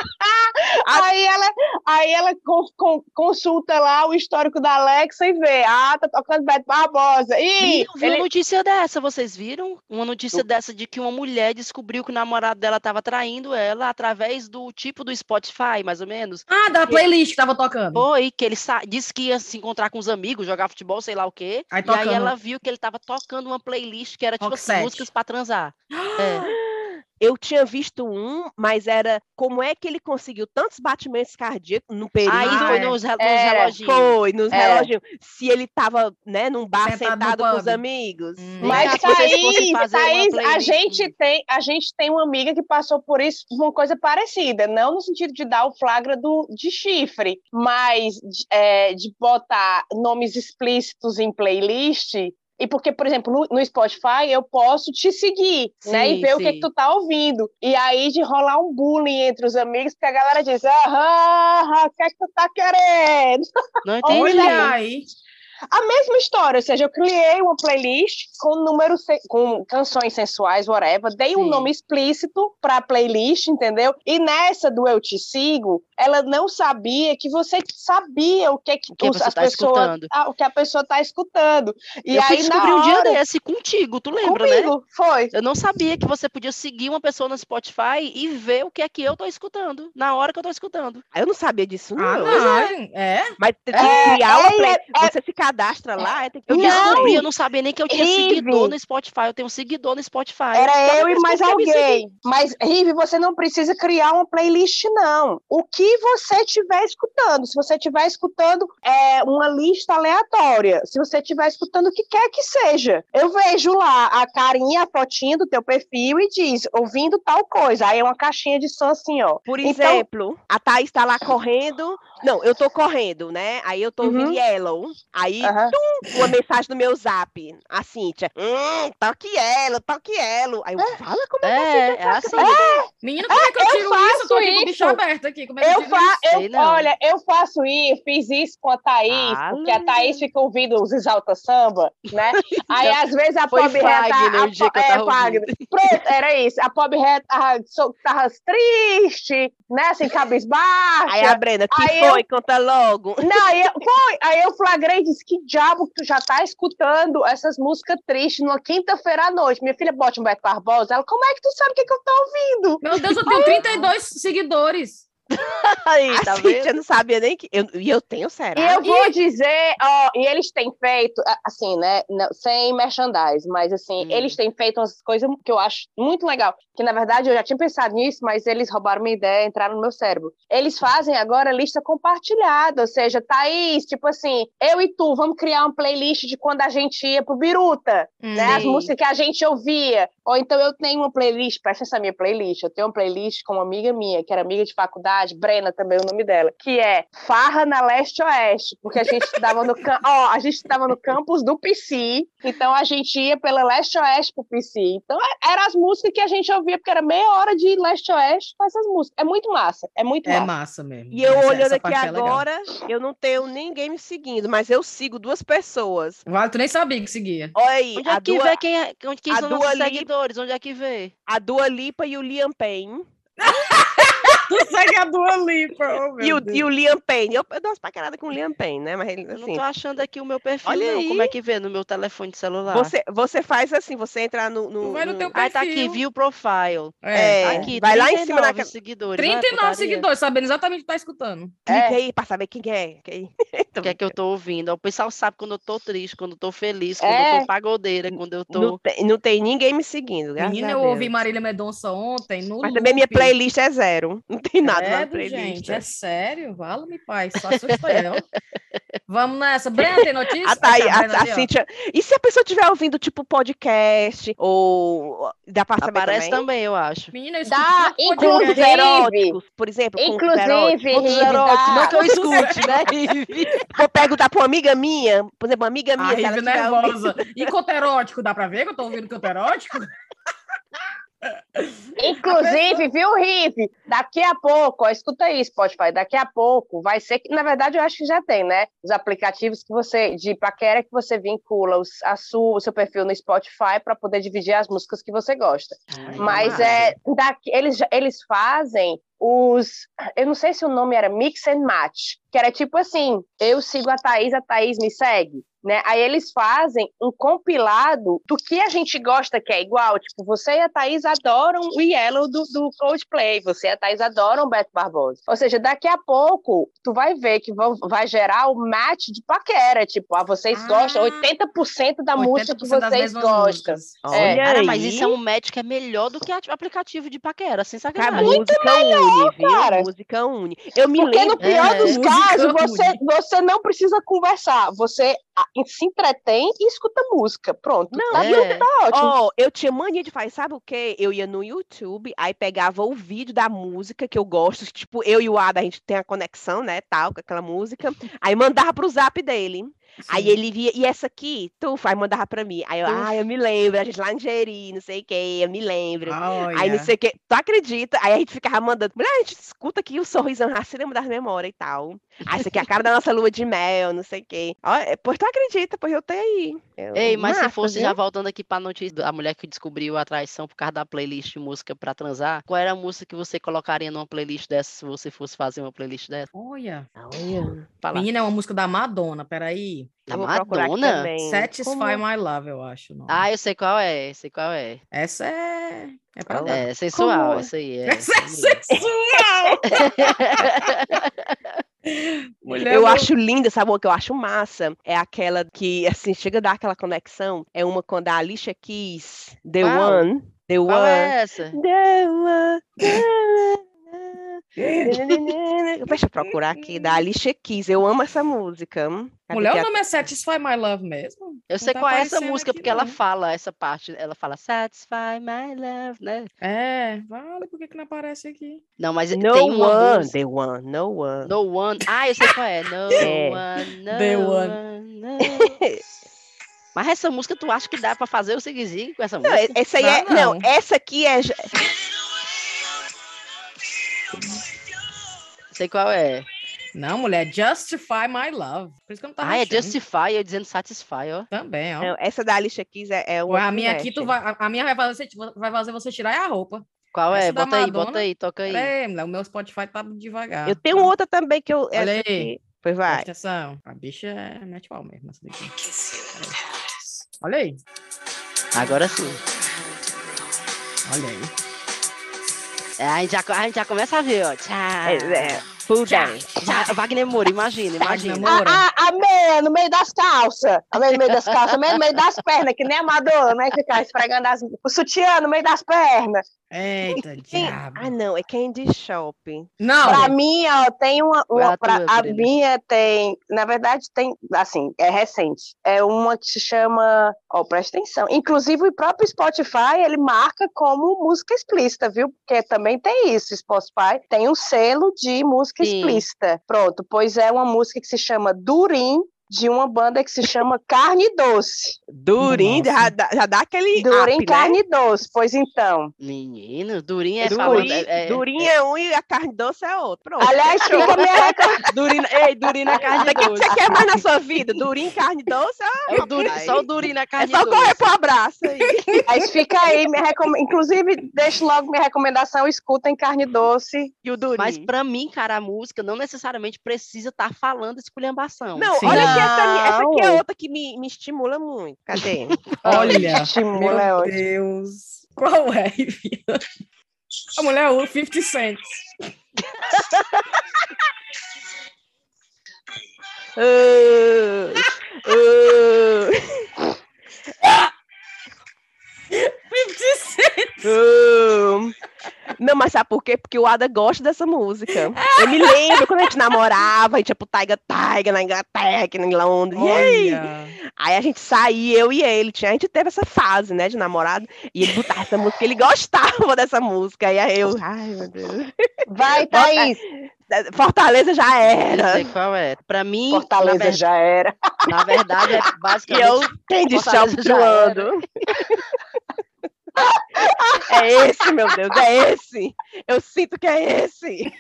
Aí ela, aí ela con- con- consulta lá o histórico da Alexa e vê, ah, tá tocando Beto Barbosa. Ih, Menino, eu vi ele... uma notícia dessa, vocês viram? Uma notícia dessa de que uma mulher descobriu que o namorado dela estava traindo ela através do tipo do Spotify, mais ou menos. Ah, da playlist que tava tocando. Foi que ele sa- disse que ia se encontrar com os amigos, jogar futebol, sei lá o quê. Aí E tocando. aí ela viu que ele tava tocando uma playlist que era tipo Rock assim, set. músicas pra transar. É. Eu tinha visto um, mas era como é que ele conseguiu tantos batimentos cardíacos no período. Aí Ah, foi é. nos, re- nos Era, reloginhos. Foi, nos É. reloginhos. Se ele tava, né, num bar Sentado no sentado, com os pub. amigos. Hum. Vem Mas cá, se vocês fossem Thaís, fazer uma Thaís, a playlist- gente tem, a gente tem uma amiga que passou por isso, uma coisa parecida, não no sentido de dar o flagra do, de chifre, mas de, é, de botar nomes explícitos em playlist. E porque, por exemplo, no, no Spotify eu posso te seguir, né? E Sim, ver o que, sim. que tu tá ouvindo. E aí de rolar um bullying entre os amigos, porque a galera diz, aham, o que é que tu tá querendo? Não entendi. Olha aí. A mesma história, ou seja, eu criei uma playlist com números, se- com canções sensuais, whatever, dei um Sim. nome explícito para a playlist, entendeu? E nessa do Eu Te Sigo, ela não sabia que você sabia o que, que, O que a os- pessoa as tá pessoas, escutando. ah, o que a pessoa tá escutando. E eu fui aí descobrir na um dia hora, desse contigo, tu lembra, né? comigo, foi. Eu não sabia que você podia seguir uma pessoa no Spotify e ver o que é que eu tô escutando, na hora que eu tô escutando. Eu não sabia disso, não. Ah, não. É. Mas tem que É, criar uma é, play... é, Você ficar cadastra lá, é, tem que... Eu Não. descobri, eu não sabia nem que eu tinha Rive. seguidor no Spotify. Eu tenho um seguidor no Spotify. Era Toda eu e vez que mais quer me seguir. alguém. Mas, Rive, você não precisa criar uma playlist, não. O que você estiver escutando. Se você estiver escutando é, uma lista aleatória, se você estiver escutando o que quer que seja, eu vejo lá a carinha, a fotinha do teu perfil e diz, ouvindo tal coisa. Aí é uma caixinha de som assim, ó. Por Então- exemplo, a Thaís tá lá correndo. Não, eu tô correndo, né? Aí eu tô ouvindo Uhum. Yellow. Aí, Aham. tum, uma mensagem no meu zap. A Cíntia. Hum, toque Yellow, toque Yellow. Aí eu, fala como é que a É, Cíntia é assim. Menina, como é que eu eu tiro isso? Eu tô faço aqui com o bicho isso. aberto aqui. Como é que eu Eu, tiro fa isso? eu Sei não. olha, eu faço isso, fiz isso com a Thaís, Fala. porque a Thaís fica ouvindo os exalta samba, né? Aí às vezes a Foi pobre reta, Fagner a o dia que eu é, tava Fagner. ouvindo. Pronto, era isso. A pobre reta tava, so- tava triste, né? Assim, cabisbaixa. Aí a Brena, que Aí foi? Conta logo. Não, aí eu, foi, aí eu flagrei e disse, que diabo que tu já tá escutando essas músicas tristes numa quinta-feira à noite? Minha filha bota um Beto Barbosa. Ela, como é que tu sabe o que, que eu tô ouvindo? Meu Deus, eu tenho trinta e dois seguidores. Aí, A tá Cíntia vendo? não sabia nem que... Eu, e eu tenho, será? E eu vou dizer, ó, e eles têm feito, a- assim, né, não- sem merchandise, mas assim, Hum. eles têm feito umas coisas que eu acho muito legal, que na verdade eu já tinha pensado nisso, mas eles roubaram minha ideia, entraram no meu cérebro. Eles fazem agora lista compartilhada, ou seja, Thaís, tipo assim, eu e tu, vamos criar uma playlist de quando a gente ia pro Biruta, né, as Sim. músicas que a gente ouvia, ou então eu tenho uma playlist, presta essa minha playlist, eu tenho uma playlist com uma amiga minha, que era amiga de faculdade, Brena também, o nome dela, que é Farra na Leste-Oeste, porque a gente estava no, cam- ó, a gente estava no campus do P C, então a gente ia pela Leste-Oeste pro P C. Então é- eram as músicas que a gente ouvia, porque era meia hora de Leste-Oeste com essas músicas. É muito massa, é muito É massa. massa mesmo. E eu Essa- olhando essa aqui parte é legal. agora, eu não tenho ninguém me seguindo, mas eu sigo duas pessoas. Vale, tu nem sabia que seguia. Olha aí, Onde a é que Dua, vê quem, é, onde, quem a são Dua nossos Lipa- seguidores? Onde é que vê? a Dua Lipa e o Liam Payne. Tu segue a Dua Lipa, oh, meu E o, Deus. e o Liam Payne. Eu, eu dou umas paqueradas com o Liam Payne, né? Mas ele, Eu não assim, tô achando aqui o meu perfil, olha não. aí. Como é que vê no meu telefone de celular? você, você faz assim, você entra no... no- Tu vai no teu Ah, tá aqui, perfil. view profile. É, É, Tá aqui, vai lá em trinta e cima nove naquela... seguidores. Olha, trinta e nove putaria. seguidores, sabendo exatamente o que tá escutando. Clica É. aí pra saber quem é. Quem... O que é que eu tô ouvindo? O pessoal sabe quando eu tô triste, quando eu tô feliz, quando É. eu tô pagodeira, quando eu tô... Não, tem, não tem ninguém me seguindo, graças Menina, a eu Deus. ouvi Marília Mendonça ontem no Mas também minha loop. playlist é zero. Não tem nada na Credo, playlist. gente, é sério? Vala-me, pai, só assusta eu. Vamos nessa. Brena, tem notícia? Ah, tá aí, Aqui, a, Brena a ali, ó. Cíntia. E se a pessoa estiver ouvindo, tipo, podcast, ou dá pra saber Aparece também? também, eu acho. Menina, eu escuto Dá, tanto Contos podcast. inclusive, eróticos, por exemplo, contos eróticos. inclusive, Contos Rive, eróticos, dá- não que eu escute, né? Vou perguntar pra uma amiga minha, por exemplo, uma amiga A minha, se ela Rive estiver ouvindo. nervosa. E conto erótico, dá pra ver que eu tô ouvindo conto erótico? Inclusive, viu, Rive? Daqui a pouco, ó, escuta isso, Spotify, daqui a pouco vai ser que, na verdade, eu acho que já tem, né? Os aplicativos que você, de paquera, que você vincula os, a sua, o seu perfil no Spotify para poder dividir as músicas que você gosta. Mas massa. é, daqui, eles, já- eles fazem os, eu não sei se o nome era Mix and Match, que era tipo assim, eu sigo a Thaís, a Thaís me segue. Né? Aí eles fazem um compilado do que a gente gosta que é igual. Tipo, você e a Thaís adoram o Yellow do, do Coldplay, você e a Thaís adoram o Beto Barbosa. Ou seja, daqui a pouco, tu vai ver que vão, vai gerar o match de paquera. Tipo, ah, vocês Ah, gostam, oitenta por cento da música que oitenta por cento das vocês mesmas gostam. músicas. É. Olha Cara, aí. mas isso é um match que é melhor do que o aplicativo de paquera, sem Que a sacanagem. música une, viu? cara. A música une. Eu me Porque lembro. no pior É. dos Música casos, você, ruim. você não precisa conversar. Você ah, se entretém e escuta música. Pronto. Não, Tá, é. tá ótimo. Ó, eu tinha mania de fazer, sabe o quê? Eu ia no YouTube, aí pegava o vídeo da música que eu gosto, tipo, eu e o Ada, a gente tem a conexão, né, tal, com aquela música, aí mandava pro zap dele. Aí Sim. ele via, e essa aqui, tu aí mandava pra mim. Aí eu, Tuf. ah, eu me lembro, a gente lá em Jeri, não sei o que, eu me lembro. Aí não Olha. sei o que, tu acredita? Aí a gente ficava mandando, mulher, a gente escuta aqui o sorrisão, já se lembra das memórias e tal. Aí isso aqui é a cara da nossa lua de mel, não sei o que. Pois tu acredita, pois eu tenho aí. Eu, Ei, mas se massa, fosse, viu? já voltando aqui pra notícia da mulher que descobriu a traição por causa da playlist de música pra transar, qual era a música que você colocaria numa playlist dessa se você fosse fazer uma playlist dessa? Olha. Olha. Fala. Menina, é uma música da Madonna, peraí. Da Eu vou procurar aqui Madonna? também. Satisfy Como- My Love, eu acho. o nome. Ah, eu sei qual é, sei qual é. Essa é. É pra Ah, dar. É sensual, Como- essa aí. É, Essa é essa mesmo. sensual! Mulher, Eu acho linda, sabe uma que eu acho massa? É aquela que, assim, chega a dar aquela conexão. É uma quando a Alicia Keys, The Qual? One, The Qual One, é essa? The One, Deixa eu procurar aqui, da Alicia Keys. Eu amo essa música. Cadê Mulher, que o é? nome é Satisfy My Love mesmo? Eu Não sei tá qual é essa aparecendo música, aqui, porque ela não. fala essa parte. Ela fala Satisfy my love, né? É, vale, por que que não aparece aqui? Não, mas No tem uma One, música. The One, No One. No One. Ah, eu sei qual é. No É. One, no The One. one, no. Mas essa música, tu acha que dá pra fazer o zigue-zigue com essa Não, música? essa aí Dá é. Não, não. essa aqui é. Sei qual é. Não, mulher, Justify My Love. Por isso que eu não tava Ah, é achando. Justify, eu dizendo Satisfy, ó. Também, ó. Não, essa da Alicia Keys é, é Ué, uma a que minha aqui, veste. tu vai, a, a minha vai fazer, vai fazer você tirar a roupa. Qual Essa é? da Bota aí, Madonna. bota aí, toca aí. Pera aí, mulher, o meu Spotify tá devagar. Eu tenho outra também que eu. Olha Essa aí. aqui. Pois vai. Presta atenção. A bicha é mete pau mesmo, essa daqui. Olha aí. Agora sim. Olha aí. É, a, gente já, a gente já começa a ver, ó. Tchau. É, é, full dance. Já, Wagner Moura, imagina, imagina. Wagner Moura. A, a, a meia no meio das calças. A meia no meio das calças, a meia no meio das pernas, que nem a Madonna, né? Ficar esfregando as, o sutiã no meio das pernas. Eita, Quem- diabo. Ah, não, é Candy Shop. Não, Pra mim, ó, tem uma. uma a pra- tua, a Bruna? minha tem. Na verdade, tem. Assim, é recente. É uma que se chama. Ó, presta atenção. Inclusive, o próprio Spotify, ele marca como música explícita, viu? Porque também tem isso. Spotify tem um selo de música Sim. explícita. Pronto, pois é uma música que se chama Durim, de uma banda que se chama Carne Doce. Durinho, Nossa. já, dá- já dá aquele. Durim, up, né? Carne Doce. Pois então. Menino, Durinho é Durinho, falando. É, é, Durinho é um e a carne doce é outro. Pronto. Aliás, fechou. fica a minha recomendação. Durinho, ei, Durinho na carne O que doce. você quer mais na sua vida? Durinho, carne doce? Ah, É o Durinho, rapaz. só o Durinho na É carne só doce. correr pro abraço aí. Mas fica aí, minha recom... inclusive, deixo logo minha recomendação, escutem Carne Doce. E o Durinho. Mas pra mim, cara, a música não necessariamente precisa estar falando esculhambação. Não, Sim. olha aqui, essa, Não. essa aqui é outra que me, me estimula muito. Cadê? olha. Estimula, é Meu ótimo. Deus. Qual é, filha? A mulher é o fifty Cent. Uh, uh, fifty Cent. uh. Não, mas sabe por quê? Porque o Ada gosta dessa música. Eu me lembro quando a gente namorava, a gente ia pro Taiga Taiga na Inglaterra, aqui em Londres. E aí? Olha. Aí a gente saía, eu e ele. Tinha, a gente teve essa fase, né, de namorado. E ele botava essa música, ele gostava dessa música. Aí eu, ai, meu Deus. Vai, Thaís. Fortaleza já Não era. sei qual é. Pra mim, Fortaleza na, ver- já era. na verdade, é E basicamente. eu, quem de Fortaleza shop já voando. É esse, meu Deus, é esse. Eu sinto que é esse.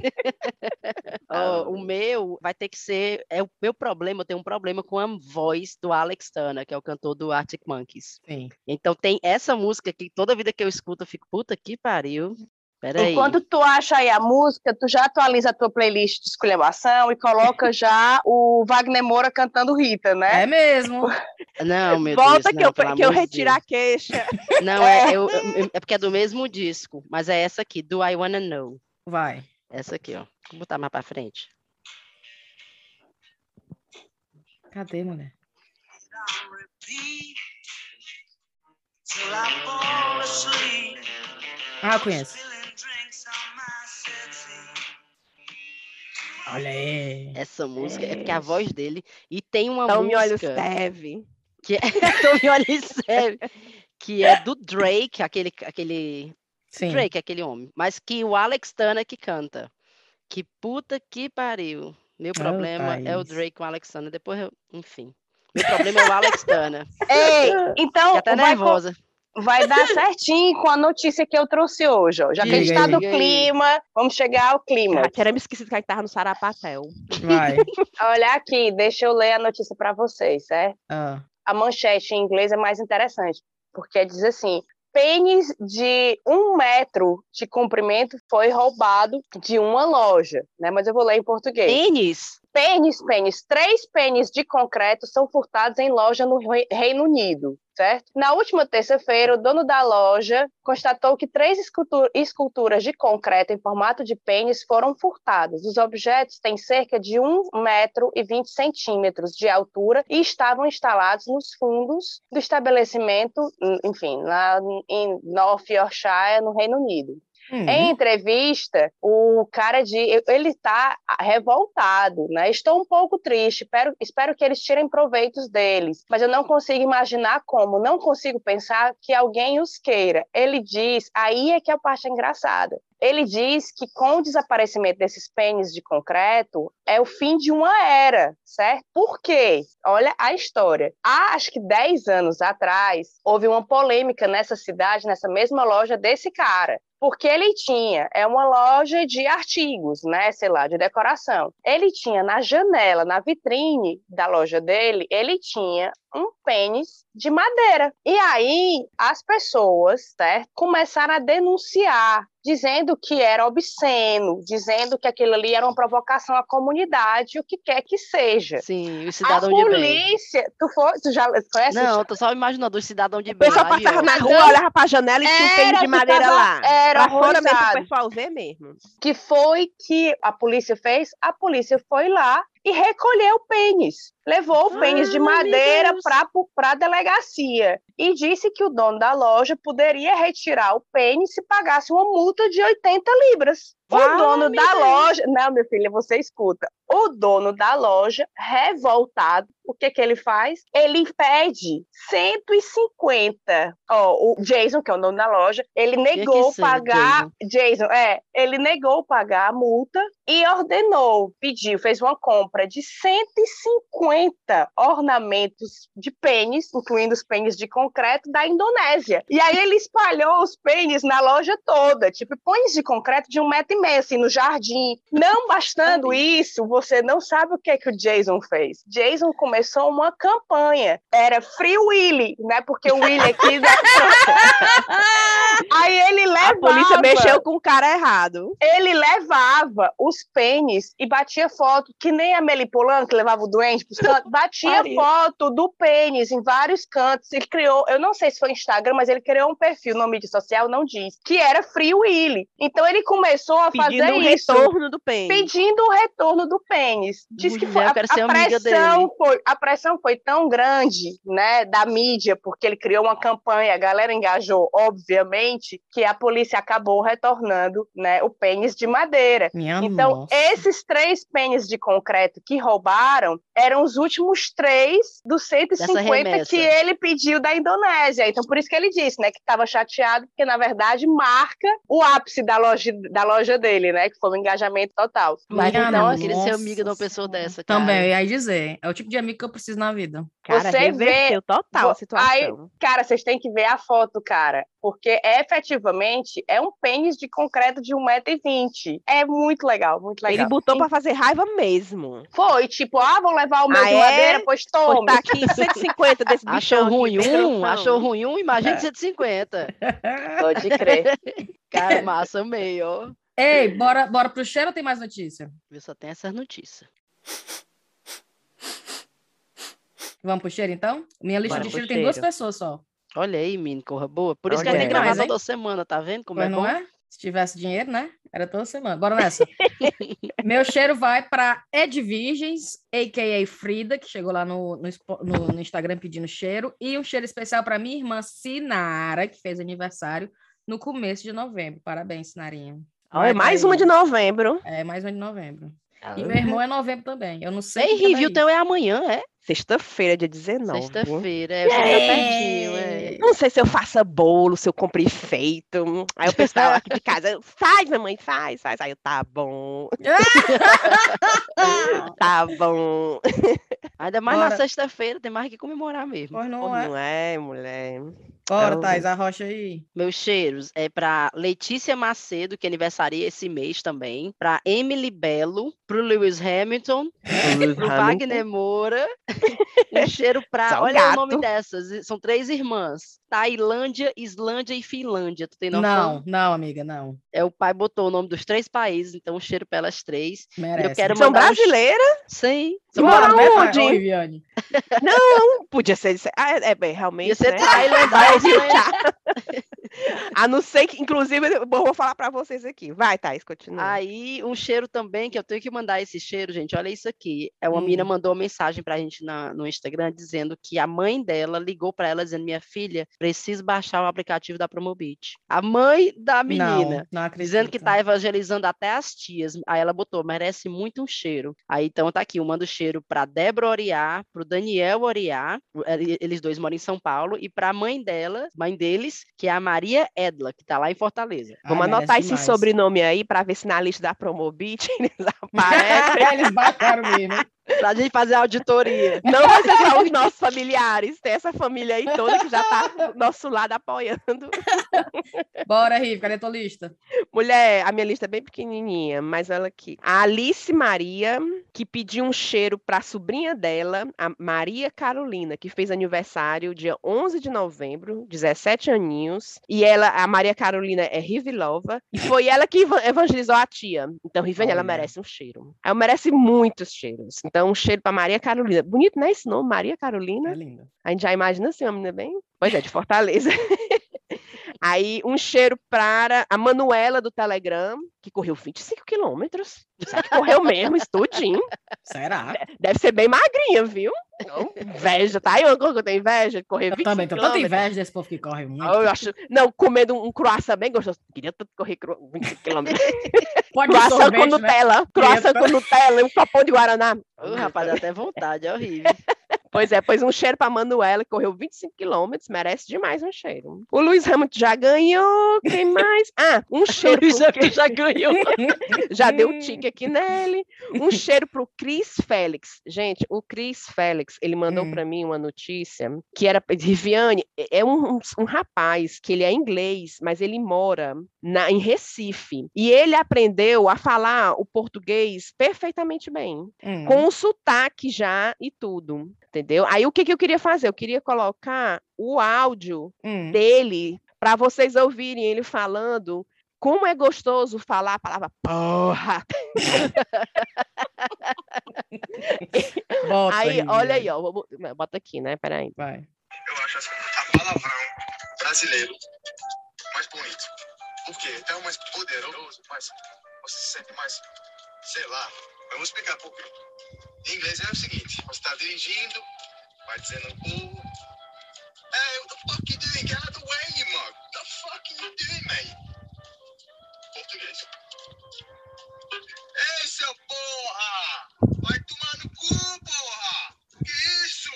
Ó, o meu vai ter que ser. É o meu problema, eu tenho um problema com a voz do Alex Turner, que é o cantor do Arctic Monkeys. Sim. Então tem essa música que toda vida que eu escuto eu fico, puta que pariu. Peraí. Enquanto tu acha aí a música, tu já atualiza a tua playlist de esculhambação e coloca já o Wagner Moura cantando Rita, né? É mesmo. Não, meu Volta Deus, que, não, eu, pelo que eu amor de retiro a Deus. queixa. Não, é, eu- eu- é porque é do mesmo disco, mas é essa aqui, Do I Wanna Know. Vai. Essa aqui, ó. Vou botar mais pra frente. Cadê, mulher? Till I fall asleep. Ah, eu conheço. Spilling drinks on my settee. Olha aí. Essa música é porque a voz dele. E tem uma Então me olha o música Steve. que é Então Me Olha e Serve, que é do Drake, aquele, aquele Sim. Drake, aquele homem, mas que o Alex Turner que canta. Que puta que pariu. Meu problema é o Thaís. Drake com o Alex Turner. Depois eu, enfim. Meu problema é o Alex Turner. Ei, então Fiquei até vai, co- nervosa. vai dar certinho com a notícia que eu trouxe hoje. Ó. Já que a gente Diga está aí. no Diga aí. clima, vamos chegar ao clima. Ah, tinha me esquecido que a gente tava no Sarapatel. Vai. Olha aqui, deixa eu ler a notícia para vocês, certo? Ah. A manchete em inglês é mais interessante, porque diz assim: pênis de um metro de comprimento foi roubado de uma loja, né? Mas eu vou ler em português. Tênis? Pênis, pênis, três pênis de concreto são furtados em loja no Rei- Reino Unido, certo? Na última terça-feira, o dono da loja constatou que três escultu- esculturas de concreto em formato de pênis foram furtadas. Os objetos têm cerca de um metro e vinte centímetros de altura e estavam instalados nos fundos do estabelecimento, enfim, lá em North Yorkshire, no Reino Unido. Hum. Em entrevista, o cara de, ele está revoltado, né? Estou um pouco triste, espero, espero que eles tirem proveitos deles, mas eu não consigo imaginar como, não consigo pensar que alguém os queira. Ele diz, aí é que é a parte engraçada. Ele diz que com o desaparecimento desses pênis de concreto é o fim de uma era, certo? Por quê? Olha a história. Há, acho que dez anos atrás, houve uma polêmica nessa cidade, nessa mesma loja desse cara. Porque ele tinha, é uma loja de artigos, né, sei lá, de decoração. Ele tinha na janela, na vitrine da loja dele, ele tinha um pênis de madeira. E aí, as pessoas, certo, começaram a denunciar, dizendo que era obsceno, dizendo que aquilo ali era uma provocação à comunidade, o que quer que seja. Sim, o A cidadão de bem. polícia, tu, for, tu já conhece? Não, tô só imaginando o cidadão de O bem pessoal lá de passava na Oxford. rua, olhava pra janela e tinha um pênis Era, de madeira ficava- lá. era Pra fora mesmo, pro horrorizado. pessoal ver mesmo. Que foi que a polícia fez? A polícia foi lá e recolheu o pênis. Levou o pênis de Ai, meu madeira Deus. para a delegacia. E disse que o dono da loja poderia retirar o pênis se pagasse uma multa de oitenta libras. O Vale, dono meu da Deus. loja... Não, minha filha, você escuta. O dono da loja, revoltado, o que que ele faz? Ele pede cento e cinquenta. Ó, o Jason, que é o dono da loja, ele negou ser, pagar... Jason, é. Ele negou pagar a multa e ordenou, pediu, fez uma compra de cento e cinquenta ornamentos de pênis, incluindo os pênis de concreto da Indonésia. E aí ele espalhou os pênis na loja toda, tipo pênis de concreto de um metro e meio, assim, no jardim. Não bastando isso, você não sabe o que, que o Jason fez. Jason começou uma campanha. Era Free Willy, né? Porque o Willy aqui... Da... aí ele levava... A polícia mexeu com o cara errado. Ele levava os pênis e batia foto, que nem a Melipolan, que levava o doente pros cantos, batia Maria. foto do pênis em vários cantos. Ele criou, eu não sei se foi Instagram, mas ele criou um perfil no mídia social, não diz, que era Free Willy. Então ele começou a Pedindo fazer o isso. retorno do pênis. Pedindo o retorno do pênis. Diz que Mulher, foi, a, eu quero ser a amiga pressão dele. foi, a pressão foi tão grande, né, da mídia, porque ele criou uma campanha, a galera engajou, obviamente, que a polícia acabou retornando, né, o pênis de madeira. Minha Então, nossa. esses três pênis de concreto que roubaram eram os últimos três dos cento e cinquenta remessa. que ele pediu da Indonésia. Então, por isso que ele disse, né, que estava chateado, porque, na verdade, marca o ápice da loja, da loja dele, né, que foi um engajamento total. Mas Minha então, eu nossa queria ser amiga de uma pessoa Senhora. dessa, cara. Também, eu ia dizer. É o tipo de amigo que eu preciso na vida. Cara, Você reverteu total Vo- a situação. Aí, cara, vocês têm que ver a foto, cara, porque efetivamente é um pênis de concreto de um metro e vinte. É muito legal, muito legal. Ele botou pra fazer raiva mesmo. Foi, tipo, ah, vou levar o meu Ah, de é? madeira, pois Pois tome. tá aqui cento e cinquenta desse bichão Achou ruim aqui, sem um? grossão. Achou ruim um? Imagina cento e cinquenta. Pode crer. Cara, massa, amei, ó. Ei, bora, bora pro cheiro ou tem mais notícia? Eu só tenho essas notícias. Vamos pro cheiro, então? Minha lista Bora de pro cheiro tem duas cheiro. pessoas só. Olha aí, menino, corra boa. Por isso Olha que a gente aí. grava Mas, hein? toda semana, tá vendo como Pois é não bom? é? Se tivesse dinheiro, né? Era toda semana. Bora nessa. Meu cheiro vai para Ed Virgens, a k a. Frida, que chegou lá no, no, expo- no- no Instagram pedindo cheiro. E um cheiro especial para minha irmã Sinara, que fez aniversário no começo de novembro. Parabéns, Sinarinha. Olha, Vai mais daí. uma de novembro. É, mais uma de novembro. E meu irmão é novembro também. Eu não sei. Ei, o que que é Rivi, o daí. teu é amanhã, é? Sexta-feira, dia dezenove. Sexta-feira, é. Eu sei que tá pertinho, é. Não sei se eu faça bolo, se eu compro enfeito. Aí o pessoal aqui de casa, faz, mamãe, faz, faz. Aí eu, tá bom, tá bom. Ainda mais na Bora. sexta-feira, tem mais que comemorar mesmo. Pois Pô, não é. não é, mulher. Bora, Então, Thais, arrocha aí. Meus cheiros é para Letícia Macedo, que aniversaria esse mês também, para Emily Belo, pro Lewis Hamilton, Lewis pro Hamilton. Wagner Moura. Um cheiro para, Só olha o nome gato. dessas, são três irmãs, Tailândia, Islândia e Finlândia. Tu tem noção? Não, não, amiga, não. É, o pai botou o nome dos três países, então um cheiro para elas três. E eu Merece. quero São mandar um che- brasileiras? Sim. São Mora boas, né, Thais? onde? Ô, Viviane. Não, podia ser. Ah, é, é bem, realmente, Ia ser né? tailandês, Brasil, né? tchau. A não ser que, inclusive, eu vou falar pra vocês aqui. Vai, Thais, continua. Aí, um cheiro também, que eu tenho que mandar esse cheiro, gente, olha isso aqui. É uma Hum. menina mandou uma mensagem pra gente na- no Instagram dizendo que a mãe dela ligou pra ela dizendo, minha filha, preciso baixar o aplicativo da Promobit. A mãe da menina. Não, não acredito. Dizendo que tá evangelizando até as tias. Aí ela botou, merece muito um cheiro. Aí então tá aqui, eu mando cheiro pra Débora Oriá, pro Daniel Oriá, e- eles dois moram em São Paulo, e pra mãe dela, mãe deles, que é a Maria Edla, que tá lá em Fortaleza. Vamos Ai, anotar merece esse demais. sobrenome aí pra ver se na lista da Promobit eles aparecem. Eles baixaram mesmo, hein? Pra gente fazer a auditoria. Não vai ser só os nossos familiares, tem essa família aí toda que já tá do nosso lado apoiando. Bora, Rive, cadê tua lista? Mulher, a minha lista é bem pequenininha, mas olha aqui. A Alice Maria, que pediu um cheiro para a sobrinha dela, a Maria Carolina, que fez aniversário dia onze de novembro, dezessete aninhos. E ela, a Maria Carolina é Rivilova, e foi ela que eva- evangelizou a tia. Então, Rivane, ela Olha. merece um cheiro. Ela merece muitos cheiros. Então, um cheiro para Maria Carolina. Bonito, né, esse nome? Maria Carolina. É linda. A gente já imagina assim, uma menina bem... Pois é, de Fortaleza. Aí, um cheiro para a Manuela do Telegram, que correu vinte e cinco quilômetros. Será que correu mesmo, isso tudinho? Será? Deve ser bem magrinha, viu? Não, inveja, tá? Aí eu, eu tenho inveja de correr Eu vinte e também cinco tô tanta quilômetros. inveja desse povo que corre muito. Eu acho... Não, comendo um croissant bem gostoso. Queria tanto correr cro- vinte e cinco quilômetros. Pode ser Croissant com sorvete, né? Nutella. Croissant com Nutella e um copão de Guaraná. Ô, rapaz, dá até vontade, é horrível. Pois é, pois um cheiro para Manuela, que correu vinte e cinco quilômetros, merece demais um cheiro. O Luiz Hamilton já ganhou, quem mais? Ah, um cheiro Luiz pro... Hamilton já ganhou. já deu um tique aqui nele. Um cheiro pro Chris Félix. Gente, o Chris Félix, ele mandou Hum. para mim uma notícia que era, Riviane, é um, um, um rapaz que ele é inglês, mas ele mora na, em Recife. E ele aprendeu a falar o português perfeitamente bem. Hum. Com o sotaque já e tudo, entendeu? Aí o que, que eu queria fazer? Eu queria colocar o áudio Hum. dele para vocês ouvirem ele falando como é gostoso falar a palavra porra. Bota Aí, olha aí, Viviane. ó, vou- bota aqui, né? Peraí. Vai. Eu acho assim, a palavrão brasileiro mais bonito. Por quê? É o mais poderoso, mais, você se sente mais, sei lá. Eu vou explicar por quê. Em inglês é o seguinte, você está dirigindo, vai dizendo, porra. Hey, what the fuck you doing? Get out of the way, you mug. What the fuck are you doing, mate? Português. Ei, seu porra! Vai tomar no cu, porra! Que isso?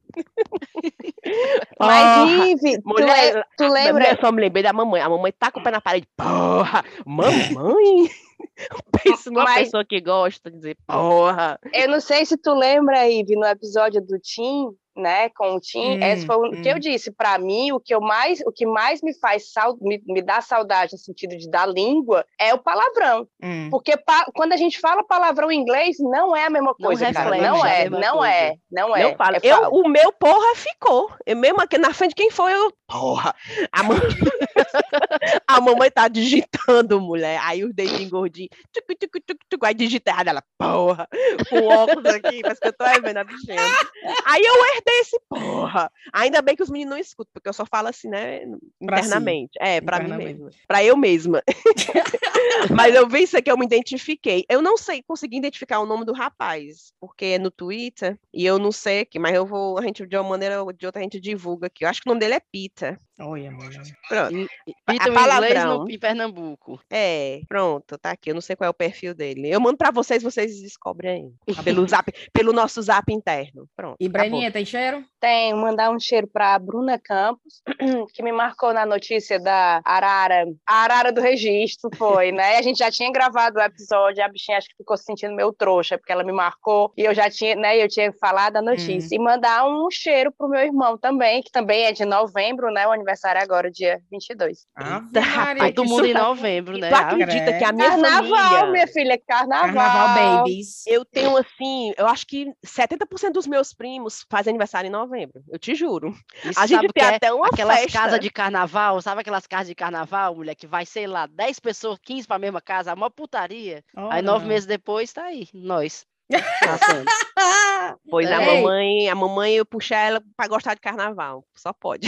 Mas, Porra! Ive, tu, Mulher, le- tu lembra? Eu só me lembrei da mamãe. A mamãe tá com o pé na parede. Porra! Mamãe! Pensa numa Mas- pessoa que gosta de dizer porra. Eu não sei se tu lembra, Ive, no episódio do Tim, né, com o Tim, Hum, esse foi o hum. que eu disse. Para mim, o que eu mais, o que mais me faz sal, me, me dá saudade no sentido de da língua é o palavrão. Hum. Porque pa- quando a gente fala palavrão em inglês, não é a mesma Não coisa, cara. reflete Não a é, mesma não coisa. é, não é. Não falo. É Eu, fal- o meu porra ficou. Eu mesmo aqui na frente de quem foi, eu. Porra! A, mam... a mamãe tá digitando, mulher. Aí os dedinhos gordinhos. Tucu, tucu, tucu, tucu, aí digita errado, ela, porra! Com o óculos aqui, parece que eu tô vendo a bichinha. Aí eu herdei esse porra. Ainda bem que os meninos não escutam, porque eu só falo assim, né? Pra si. Internamente. É, pra mim Internamente. mesma. Pra eu mesma. Mas eu vi isso aqui, eu me identifiquei. Eu não sei conseguir identificar o nome do rapaz, porque é no Twitter, e eu não sei aqui, mas eu vou, a gente, de uma maneira ou de outra, a gente divulga aqui. Eu acho que o nome dele é Peter. Olha, mulher. Pronto. Em- A Pitam inglês palavrão. no, em Pernambuco. É, pronto, tá aqui. Eu não sei qual é o perfil dele. Eu mando pra vocês, vocês descobrem aí. Pelo zap, pelo nosso zap interno. Pronto. E acabou. Breninha, tem cheiro? Tenho, mandar um cheiro para a Bruna Campos, que me marcou na notícia da Arara, a Arara do registro, foi, né? A gente já tinha gravado o episódio, a bichinha acho que ficou se sentindo meio trouxa, porque ela me marcou, e eu já tinha, né, eu tinha falado a notícia. E mandar um cheiro pro meu irmão também, que também é de novembro, né? O aniversário é agora, dia vinte e dois. Ave Eita, Maria, rapaz, Todo que mundo em susto. novembro, né? Tu Ah, acredita que a minha Carnaval, família... minha filha, carnaval. Carnaval Babies. Eu tenho, assim, eu acho que setenta por cento dos meus primos fazem aniversário em novembro. Eu te juro. Isso A gente sabe o tem que é? até uma Aquelas festa. casas de carnaval, sabe aquelas casas de carnaval, mulher, que vai, sei lá, dez pessoas, quinze pra mesma casa, a maior putaria. Ora, Aí nove não. meses depois, tá aí, nós, passando. Pois a Ei. mamãe, a mamãe, eu puxei ela pra gostar de carnaval. Só pode.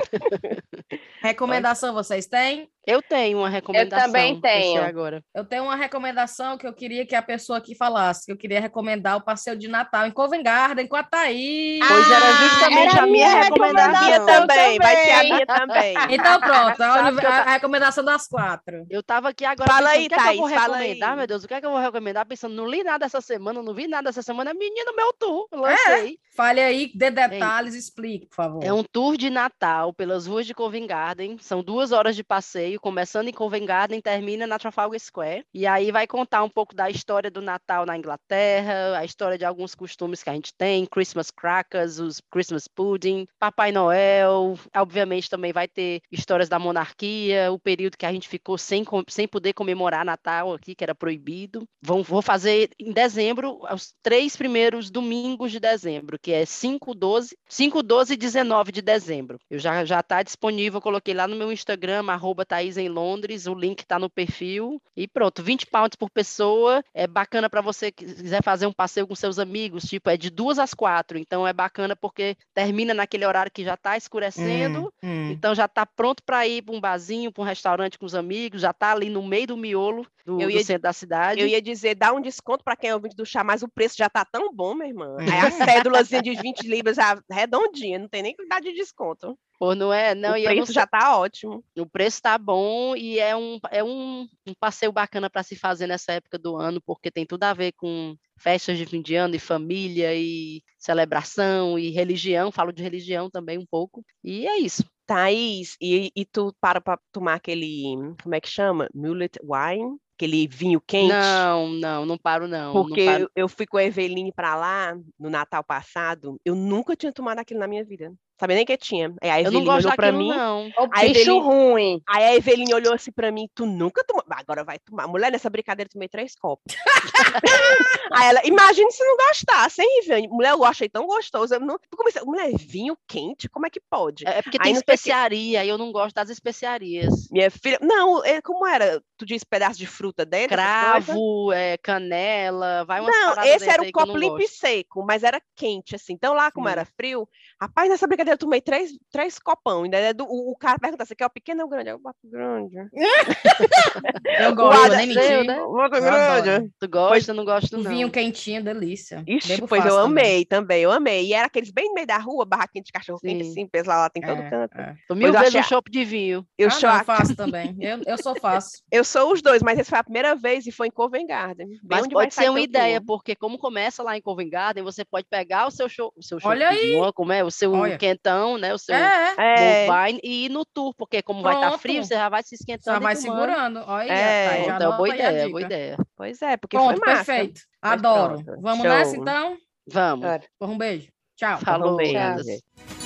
Recomendação vocês têm? Eu tenho uma recomendação. também pensei tenho. agora. Eu tenho uma recomendação que eu queria que a pessoa aqui falasse, que eu queria recomendar o passeio de Natal em Covent Garden com a Thaís. Pois era Ah, justamente era a minha minha recomendação. A minha recomendação também, vai ser a também. minha também. Então pronto, a, Sabe uni- que eu a- ta- a recomendação das quatro. Eu tava aqui agora Fala pensando, aí, o que é que eu vou Thaís, fala recomendar, aí. meu Deus, o que é que eu vou recomendar? Pensando, não li nada essa semana, não vi nada essa semana, menino, meu tour, lancei. Fale aí, dê detalhes, explique, por favor. É um tour de Natal pelas ruas de Covent Garden. São duas horas de passeio, começando em Covent Garden, termina na Trafalgar Square. E aí vai contar um pouco da história do Natal na Inglaterra, a história de alguns costumes que a gente tem, Christmas crackers, os Christmas pudding, Papai Noel. Obviamente também vai ter histórias da monarquia, o período que a gente ficou sem, com- sem poder comemorar Natal aqui, que era proibido. Vão, vou fazer em dezembro, os três primeiros domingos de dezembro, que é cinco, doze, cinco, doze e dezenove de dezembro. Eu já já está disponível, eu coloquei lá no meu Instagram, arroba Thaís em Londres, o link está no perfil. E pronto, vinte pounds por pessoa. É bacana para você que quiser fazer um passeio com seus amigos, tipo, é de duas às quatro. Então é bacana porque termina naquele horário que já está escurecendo. Hum, hum. Então já está pronto para ir para um barzinho, para um restaurante com os amigos, já está ali no meio do miolo do, Eu do ia- centro da cidade. Eu ia dizer, dá um desconto para quem é ouvinte do chá, mas o preço já tá tão bom, minha irmã. Aí a cédulazinha de vinte libras já redondinha, não tem nem que dar de desconto. Pô, não é? Não, o e eu não preço já tá ótimo. O preço está bom e é um, é um, um passeio bacana para se fazer nessa época do ano, porque tem tudo a ver com festas de fim de ano e família e celebração e religião. Falo de religião também um pouco. E é isso. Thaís, e, e tu para pra tomar aquele, como é que chama? Mullet wine? Aquele vinho quente? Não, não, não paro não. Porque não paro. eu, eu fui com a Eveline pra lá, no Natal passado, eu nunca tinha tomado aquilo na minha vida. Sabia nem que tinha. Aí a Eu não Eveline gosto olhou pra daquilo, mim, não. O Aí, bicho Eveline- ruim. aí a Eveline olhou assim pra mim, tu nunca tomou? Agora vai tomar. Mulher, nessa brincadeira eu tomei três copos. Aí ela, imagine se não gostasse, hein, Ivane? Mulher, eu achei tão gostoso. Eu não... eu comecei, mulher, vinho quente? Como é que pode? É porque Aí tem não sei o quê. especiaria e eu não gosto das especiarias. Minha filha, não, é, como era? Tu disse pedaço de fruta dentro? essas coisas? Cravo, é, canela, vai umas Não, paradas esse dentro era aí o que eu não copo limpo e gosto. seco, mas era quente, assim. Então lá, como Sim. era frio, rapaz, nessa brincadeira eu tomei três, três copão. Ainda é do, o, o cara pergunta, você quer o pequeno ou o grande? Eu boto o grande. Eu O gosto, Ada- nem mentir. né? Eu boto o Eu grande. adoro. Tu gosta? Não gosto, O não. vinho quentinho, delícia. Ixi, Bebo pois eu fácil também. amei também, eu amei. E era aqueles bem no meio da rua, barraquinha de cachorro quente, Sim. assim, pensa lá, lá tem todo É, canto. é. Tô mil Pois eu vezes um achei- chopp de vinho. Eu, ah, sou não, a- faço também. Eu, eu sou fácil. eu sou os dois, mas essa foi a primeira vez e foi em Covent Garden. Bem Mas onde vai pode sair ser uma teu ideia, vinho. porque como começa lá em Covent Garden, você pode pegar o seu show, o seu show Olha de vinho, ó, como é, o seu Olha. quentão, né, o seu É, É, Mulled Wine e ir no tour, porque como vai estar Pronto. frio, você já vai se só esquentando vai e tomando. segurando. Olha, É. tá, já Pronto, é uma boa anota aí a ideia, boa dica. ideia. pois é, porque Pronto, foi massa. perfeito. Mas Adoro. pronto, Vamos show. nessa, então? Vamos. Bora. Um beijo. Tchau. Falou, beijo. gatas.